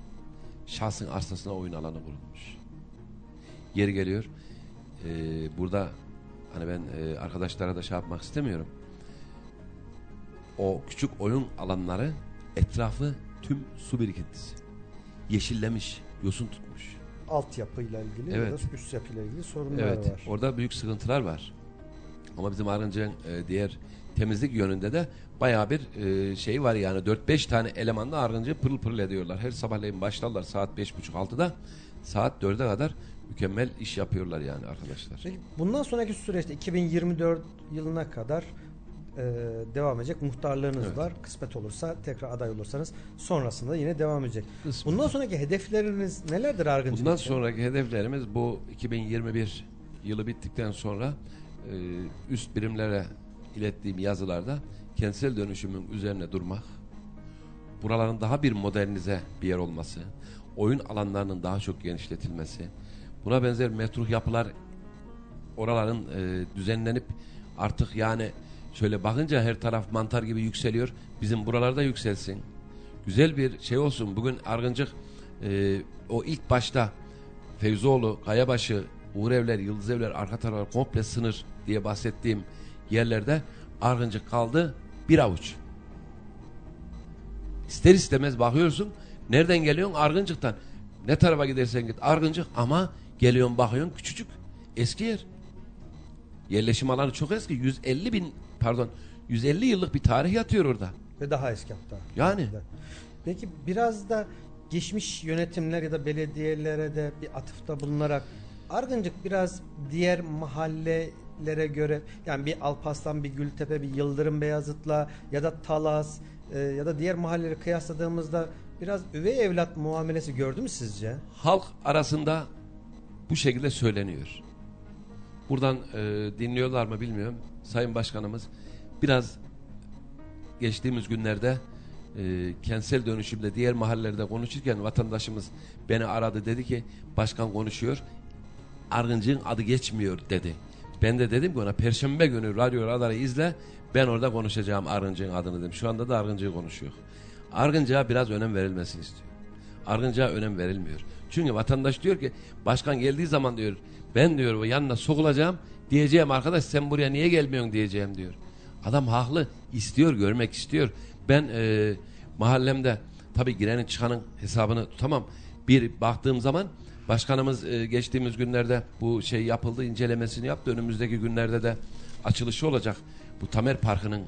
Şahsın arsasına oyun alanı kurulmuş. Yeri geliyor. E, burada hani ben e, arkadaşlara da şey yapmak istemiyorum. O küçük oyun alanları etrafı tüm su birikintisi. Yeşillemiş, yosun tutmuş. Altyapıyla ilgili Evet. ya da üst yapıyla ilgili sorunlar Evet, var. orada büyük sıkıntılar var. Ama bizim Argıncık'ın e, diğer temizlik yönünde de bayağı bir e, şey var yani dört beş tane elemanla Argıncı pırıl pırıl ediyorlar. Her sabahleyin başlarlar saat beş buçuk altıda saat dörde kadar mükemmel iş yapıyorlar yani arkadaşlar. Peki bundan sonraki süreçte iki bin yirmi dört yılına kadar e, devam edecek muhtarlığınız Evet. var. Kısmet olursa tekrar aday olursanız sonrasında yine devam edecek. Kısmet. Bundan sonraki hedefleriniz nelerdir Argıncılık Bundan için? sonraki hedeflerimiz bu iki bin yirmi bir yılı bittikten sonra e, üst birimlere ilettiğim yazılarda kentsel dönüşümün üzerine durmak, buraların daha bir modernize bir yer olması, oyun alanlarının daha çok genişletilmesi, buna benzer metruh yapılar oraların e, düzenlenip artık yani şöyle bakınca her taraf mantar gibi yükseliyor. Bizim buralarda yükselsin. Güzel bir şey olsun. Bugün Argıncık e, o ilk başta Fevzoğlu, Kayabaşı, Uğurevler, Yıldızevler, arka taraflar komple sınır diye bahsettiğim yerlerde Argıncık kaldı bir avuç. İster istemez bakıyorsun. Nereden geliyorsun? Argıncık'tan. Ne tarafa gidersen git Argıncık ama geliyorsun bakıyorsun küçücük. Eski yer. Yerleşim alanı çok eski. yüz elli bin pardon yüz elli yıllık bir tarih yatıyor orada. Ve daha eski hatta. Yani. Peki biraz da geçmiş yönetimler ya da belediyelere de bir atıfta bulunarak Argıncık biraz diğer mahallelere göre yani bir Alparslan, bir Gültepe, bir Yıldırım Beyazıt'la ya da Talas e, ya da diğer mahalleleri kıyasladığımızda biraz üvey evlat muamelesi gördü mü sizce? Halk arasında bu şekilde söyleniyor. Buradan e, dinliyorlar mı bilmiyorum. Sayın Başkanımız biraz geçtiğimiz günlerde e, kentsel dönüşümde diğer mahallelerde konuşurken vatandaşımız beni aradı, dedi ki başkan konuşuyor, Argıncık'ın adı geçmiyor dedi. Ben de dedim ki ona Perşembe günü Radyo Radar'ı izle, ben orada konuşacağım Argıncık'ın adını dedim. Şu anda da Argıncık'ı konuşuyor. Argıncık'a biraz önem verilmesini istiyor. Argıncık'a önem verilmiyor. Çünkü vatandaş diyor ki başkan geldiği zaman diyor ben diyor yanına sokulacağım, diyeceğim arkadaş sen buraya niye gelmiyorsun diyeceğim diyor. Adam haklı, istiyor, görmek istiyor. Ben e, mahallemde tabii girenin çıkanın hesabını tutamam. Bir baktığım zaman başkanımız e, geçtiğimiz günlerde bu şey yapıldı, incelemesini yaptı. Önümüzdeki günlerde de açılışı olacak. Bu Tamer Parkı'nın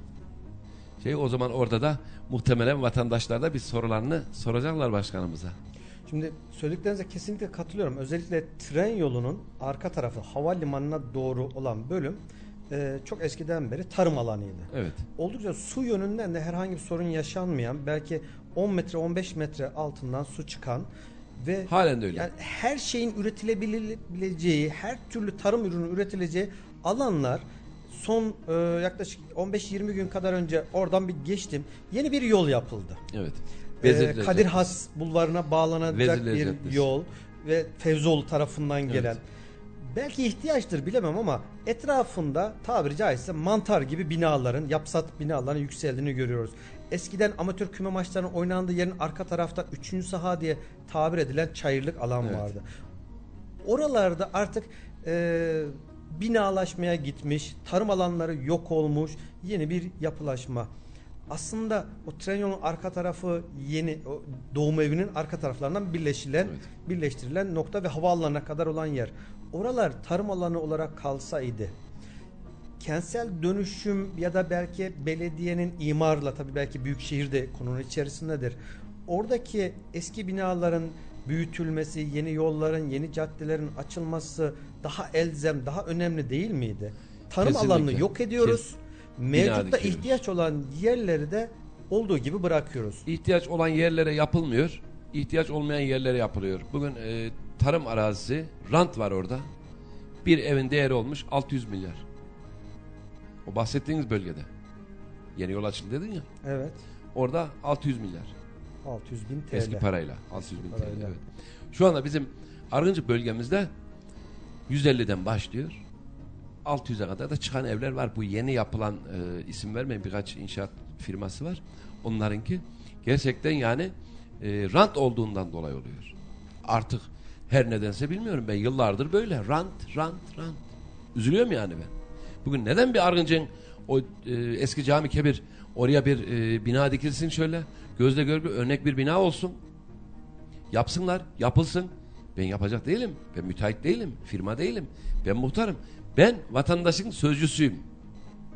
şey, o zaman orada da muhtemelen vatandaşlar da bir sorularını soracaklar başkanımıza. Şimdi söylediklerinize kesinlikle katılıyorum. Özellikle tren yolunun arka tarafı havalimanına doğru olan bölüm e, çok eskiden beri tarım alanıydı. Evet. Oldukça su yönünden de herhangi bir sorun yaşanmayan, belki on metre on beş metre altından su çıkan ve halen de öyle. Yani her şeyin üretilebileceği, her türlü tarım ürünü üretileceği alanlar son e, yaklaşık on beş yirmi gün kadar önce oradan bir geçtim. Yeni bir yol yapıldı. Evet. Ee, Kadir Has Bulvarı'na bağlanacak Vezirler bir Caddesi. yol ve Fevzoğlu tarafından gelen. Evet. Belki ihtiyaçtır bilemem ama etrafında tabiri caizse mantar gibi binaların, yapsat binaların yükseldiğini görüyoruz. Eskiden amatör küme maçlarının oynandığı yerin arka tarafta üçüncü saha diye tabir edilen çayırlık alan Evet. vardı. Oralarda artık e, binalaşmaya gitmiş, tarım alanları yok olmuş, yeni bir yapılaşma. Aslında o tren yolunun arka tarafı yeni, o doğum evinin arka taraflarından birleşilen, Evet. birleştirilen nokta ve havaalanına kadar olan yer. Oralar tarım alanı olarak kalsaydı, kentsel dönüşüm ya da belki belediyenin imarla, tabii belki büyükşehir de konunun içerisindedir. Oradaki eski binaların büyütülmesi, yeni yolların, yeni caddelerin açılması daha elzem, daha önemli değil miydi? Tarım Kesinlikle. alanını yok ediyoruz. Kes- Mevcutta dikiyoruz. ihtiyaç olan yerleri de olduğu gibi bırakıyoruz. İhtiyaç olan yerlere yapılmıyor. İhtiyaç olmayan yerlere yapılıyor. Bugün e, tarım arazisi, rant var orada. Bir evin değeri olmuş altı yüz milyar. O bahsettiğiniz bölgede. Yeni yol açıldı dedin ya. Evet. Orada altı yüz milyar. altı yüz bin T L. Eski parayla. altı yüz bin T L. parayla. Evet. Şu anda bizim Argıncık bölgemizde yüz elliden başlıyor. altı yüze kadar da çıkan evler var. Bu yeni yapılan e, isim vermeyin, birkaç inşaat firması var. Onlarınki gerçekten yani e, rant olduğundan dolayı oluyor. Artık her nedense bilmiyorum, ben yıllardır böyle rant rant rant. Üzülüyorum yani ben. Bugün neden bir Argıncık'ın o e, eski cami kebir oraya bir e, bina dikilsin, şöyle gözle görülür örnek bir bina olsun. Yapsınlar, yapılsın. Ben yapacak değilim. Ben müteahhit değilim. Firma değilim. Ben muhtarım. Ben vatandaşın sözcüsüyüm.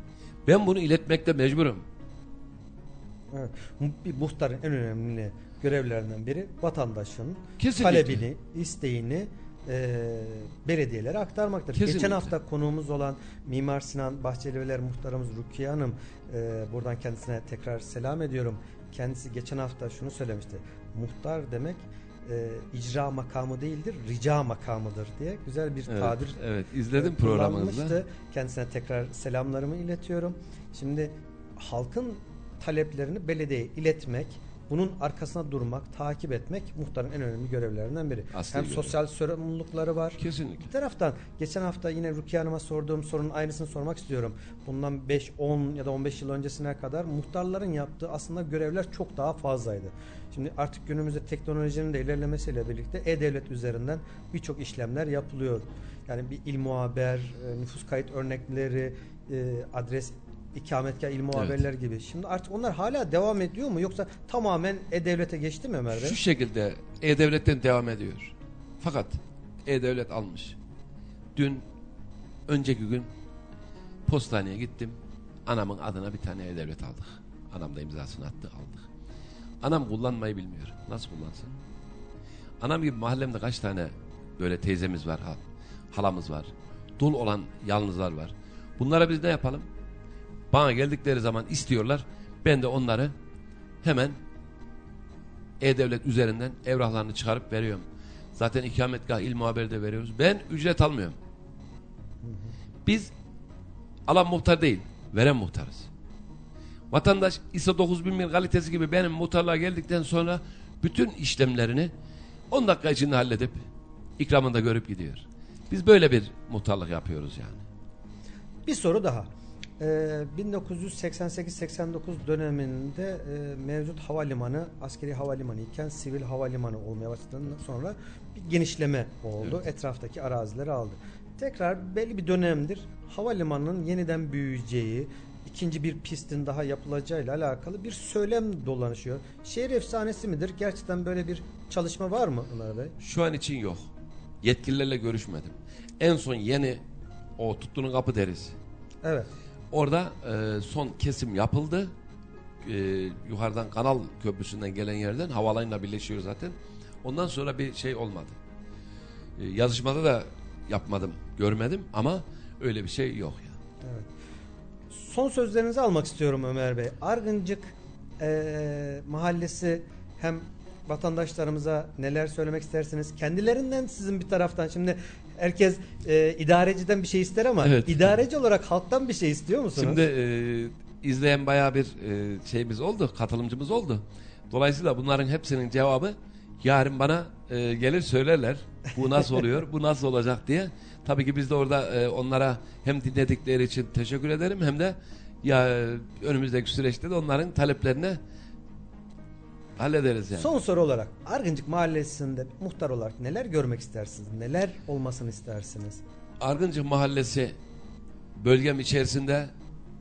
Ben bunu iletmekte mecburum. Evet. Bir muhtarın en önemli görevlerinden biri vatandaşın Kesinlikle. talebini, isteğini e, belediyelere aktarmaktır. Kesinlikle. Geçen hafta konuğumuz olan Mimar Sinan Bahçelievler muhtarımız Rukiye Hanım, e, buradan kendisine tekrar selam ediyorum. Kendisi geçen hafta şunu söylemişti. Muhtar demek e, icra makamı değildir, rica makamıdır diye güzel bir Evet, tabir evet izledim e, programınızda. kullanmıştı. Kendisine tekrar selamlarımı iletiyorum. Şimdi halkın taleplerini belediyeye iletmek, bunun arkasına durmak, takip etmek muhtarın en önemli görevlerinden biri. Asli Hem görev. sosyal sorumlulukları var. Kesinlikle. Bir taraftan geçen hafta yine Rukiye Hanım'a sorduğum sorunun aynısını sormak istiyorum. Bundan beş on ya da on beş yıl öncesine kadar muhtarların yaptığı aslında görevler çok daha fazlaydı. Şimdi artık günümüzde teknolojinin de ilerlemesiyle birlikte e-devlet üzerinden birçok işlemler yapılıyor. Yani bir il muhaber, e, nüfus kayıt örnekleri, e, adres ikametgah il muhaberler Evet. gibi. Şimdi artık onlar hala devam ediyor mu yoksa tamamen e-devlete geçti mi Ömer Bey? Şu şekilde E-Devlet'ten devam ediyor. Fakat E-Devlet almış. Dün önceki gün postaneye gittim. Anamın adına bir tane E-Devlet aldık. Anam da imzasını attı, aldık. Anam kullanmayı bilmiyor. Nasıl kullansın? Anam gibi mahallemde kaç tane böyle teyzemiz var, halamız var. Dul olan yalnızlar var. Bunlara biz ne yapalım? Bana geldikleri zaman istiyorlar. Ben de onları hemen E-Devlet üzerinden evraklarını çıkarıp veriyorum. Zaten ikametgah il muhaberi veriyoruz. Ben ücret almıyorum. Biz alan muhtar değil, veren muhtarız. Vatandaş I S O dokuz bin bir kalitesi gibi benim muhtarlığa geldikten sonra bütün işlemlerini on dakika içinde halledip ikramında görüp gidiyor. Biz böyle bir muhtarlık yapıyoruz yani. Bir soru daha. Ee, bin dokuz yüz seksen sekiz seksen dokuz döneminde e, mevcut havalimanı askeri havalimanı iken sivil havalimanı olmaya başladığından sonra bir genişleme oldu. Evet. Etraftaki arazileri aldı. Tekrar belli bir dönemdir havalimanının yeniden büyüyeceği, ikinci bir pistin daha yapılacağıyla alakalı bir söylem dolaşıyor. Şehir efsanesi midir? Gerçekten böyle bir çalışma var mı Ömer Bey? Şu an için yok. Yetkililerle görüşmedim. En son yeni o tuttuğun kapı deriz. Evet. Orada e, son kesim yapıldı. E, yukarıdan kanal köprüsünden gelen yerden havalayınla birleşiyor zaten. Ondan sonra bir şey olmadı. E, yazışmada da yapmadım, görmedim ama öyle bir şey yok ya. Evet. Son sözlerinizi almak istiyorum Ömer Bey. Argıncık e, mahallesi hem vatandaşlarımıza neler söylemek istersiniz? Kendilerinden sizin bir taraftan şimdi herkes e, idareciden bir şey ister ama Evet. idareci olarak halktan bir şey istiyor musunuz? Şimdi e, izleyen bayağı bir e, şeyimiz oldu, katılımcımız oldu. Dolayısıyla bunların hepsinin cevabı yarın bana e, gelir söylerler. Bu nasıl oluyor, bu nasıl olacak diye. Tabii ki biz de orada e, onlara hem dinledikleri için teşekkür ederim hem de ya önümüzdeki süreçte de onların taleplerine hallederiz yani. Son soru olarak Argıncık mahallesinde muhtar olarak neler görmek istersiniz? Neler olmasını istersiniz? Argıncık Mahallesi bölgem içerisinde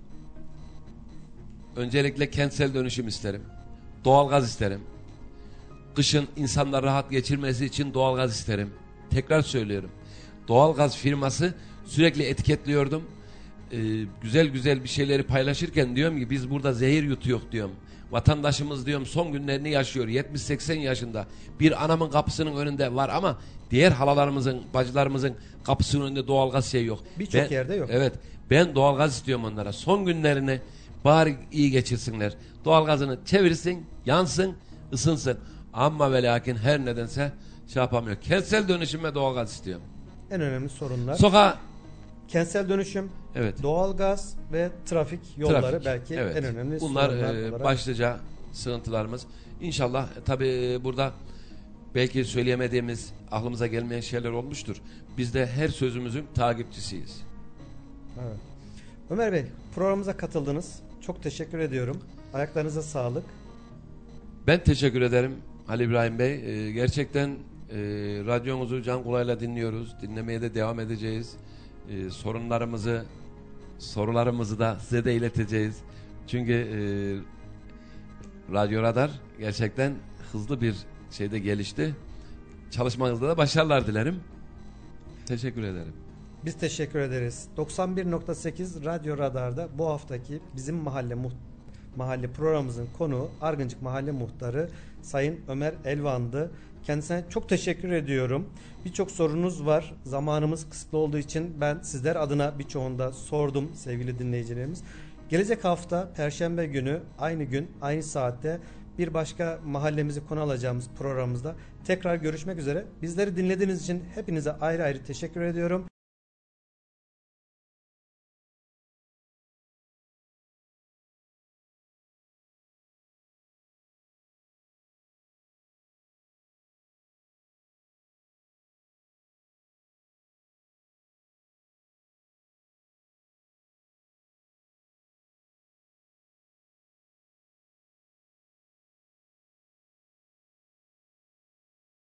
öncelikle kentsel dönüşüm isterim. Doğalgaz isterim. Kışın insanlar rahat geçirmesi için doğalgaz isterim. Tekrar söylüyorum. Doğalgaz firması sürekli etiketliyordum. Ee, güzel güzel bir şeyleri paylaşırken diyorum ki biz burada zehir yutuyor diyorum. Vatandaşımız diyorum son günlerini yaşıyor. yetmiş seksen yaşında. Bir anamın kapısının önünde var ama diğer halalarımızın, bacılarımızın kapısının önünde doğalgaz şey yok. Birçok Ben- yerde yok. Evet. Ben doğalgaz istiyorum onlara. Son günlerini bari iyi geçirsinler. Doğalgazını çevirsin, yansın, ısınsın. Ama ve lakin her nedense şey yapamıyor. Kentsel dönüşüme doğalgaz istiyorum. En önemli sorunlar. Sokağa Kentsel dönüşüm, evet. doğalgaz ve trafik yolları Trafik, belki evet. en önemli Bunlar sorunlar e, olarak. başlıca sıkıntılarımız. İnşallah e, tabii burada belki söyleyemediğimiz, aklımıza gelmeyen şeyler olmuştur. Biz de her sözümüzün takipçisiyiz. Evet. Ömer Bey, programımıza katıldınız. Çok teşekkür ediyorum. Ayaklarınıza sağlık. Ben teşekkür ederim Ali İbrahim Bey. E, gerçekten e, radyonuzu can kulağıyla dinliyoruz. Dinlemeye de devam edeceğiz. E, sorunlarımızı, sorularımızı da size de ileteceğiz. Çünkü e, Radyo Radar gerçekten hızlı bir şeyde gelişti. Çalışmanızda da başarılar dilerim. Teşekkür ederim. Biz teşekkür ederiz. doksan bir nokta sekiz Radyo Radar'da bu haftaki bizim mahalle muht mahalle programımızın konuğu Argıncık Mahalle Muhtarı Sayın Ömer Elvan'dı. Kendisine çok teşekkür ediyorum. Birçok sorunuz var. Zamanımız kısıtlı olduğu için ben sizler adına birçoğunu da sordum sevgili dinleyicilerimiz. Gelecek hafta Perşembe günü aynı gün aynı saatte bir başka mahallemizi konu alacağımız programımızda tekrar görüşmek üzere. Bizleri dinlediğiniz için hepinize ayrı ayrı teşekkür ediyorum.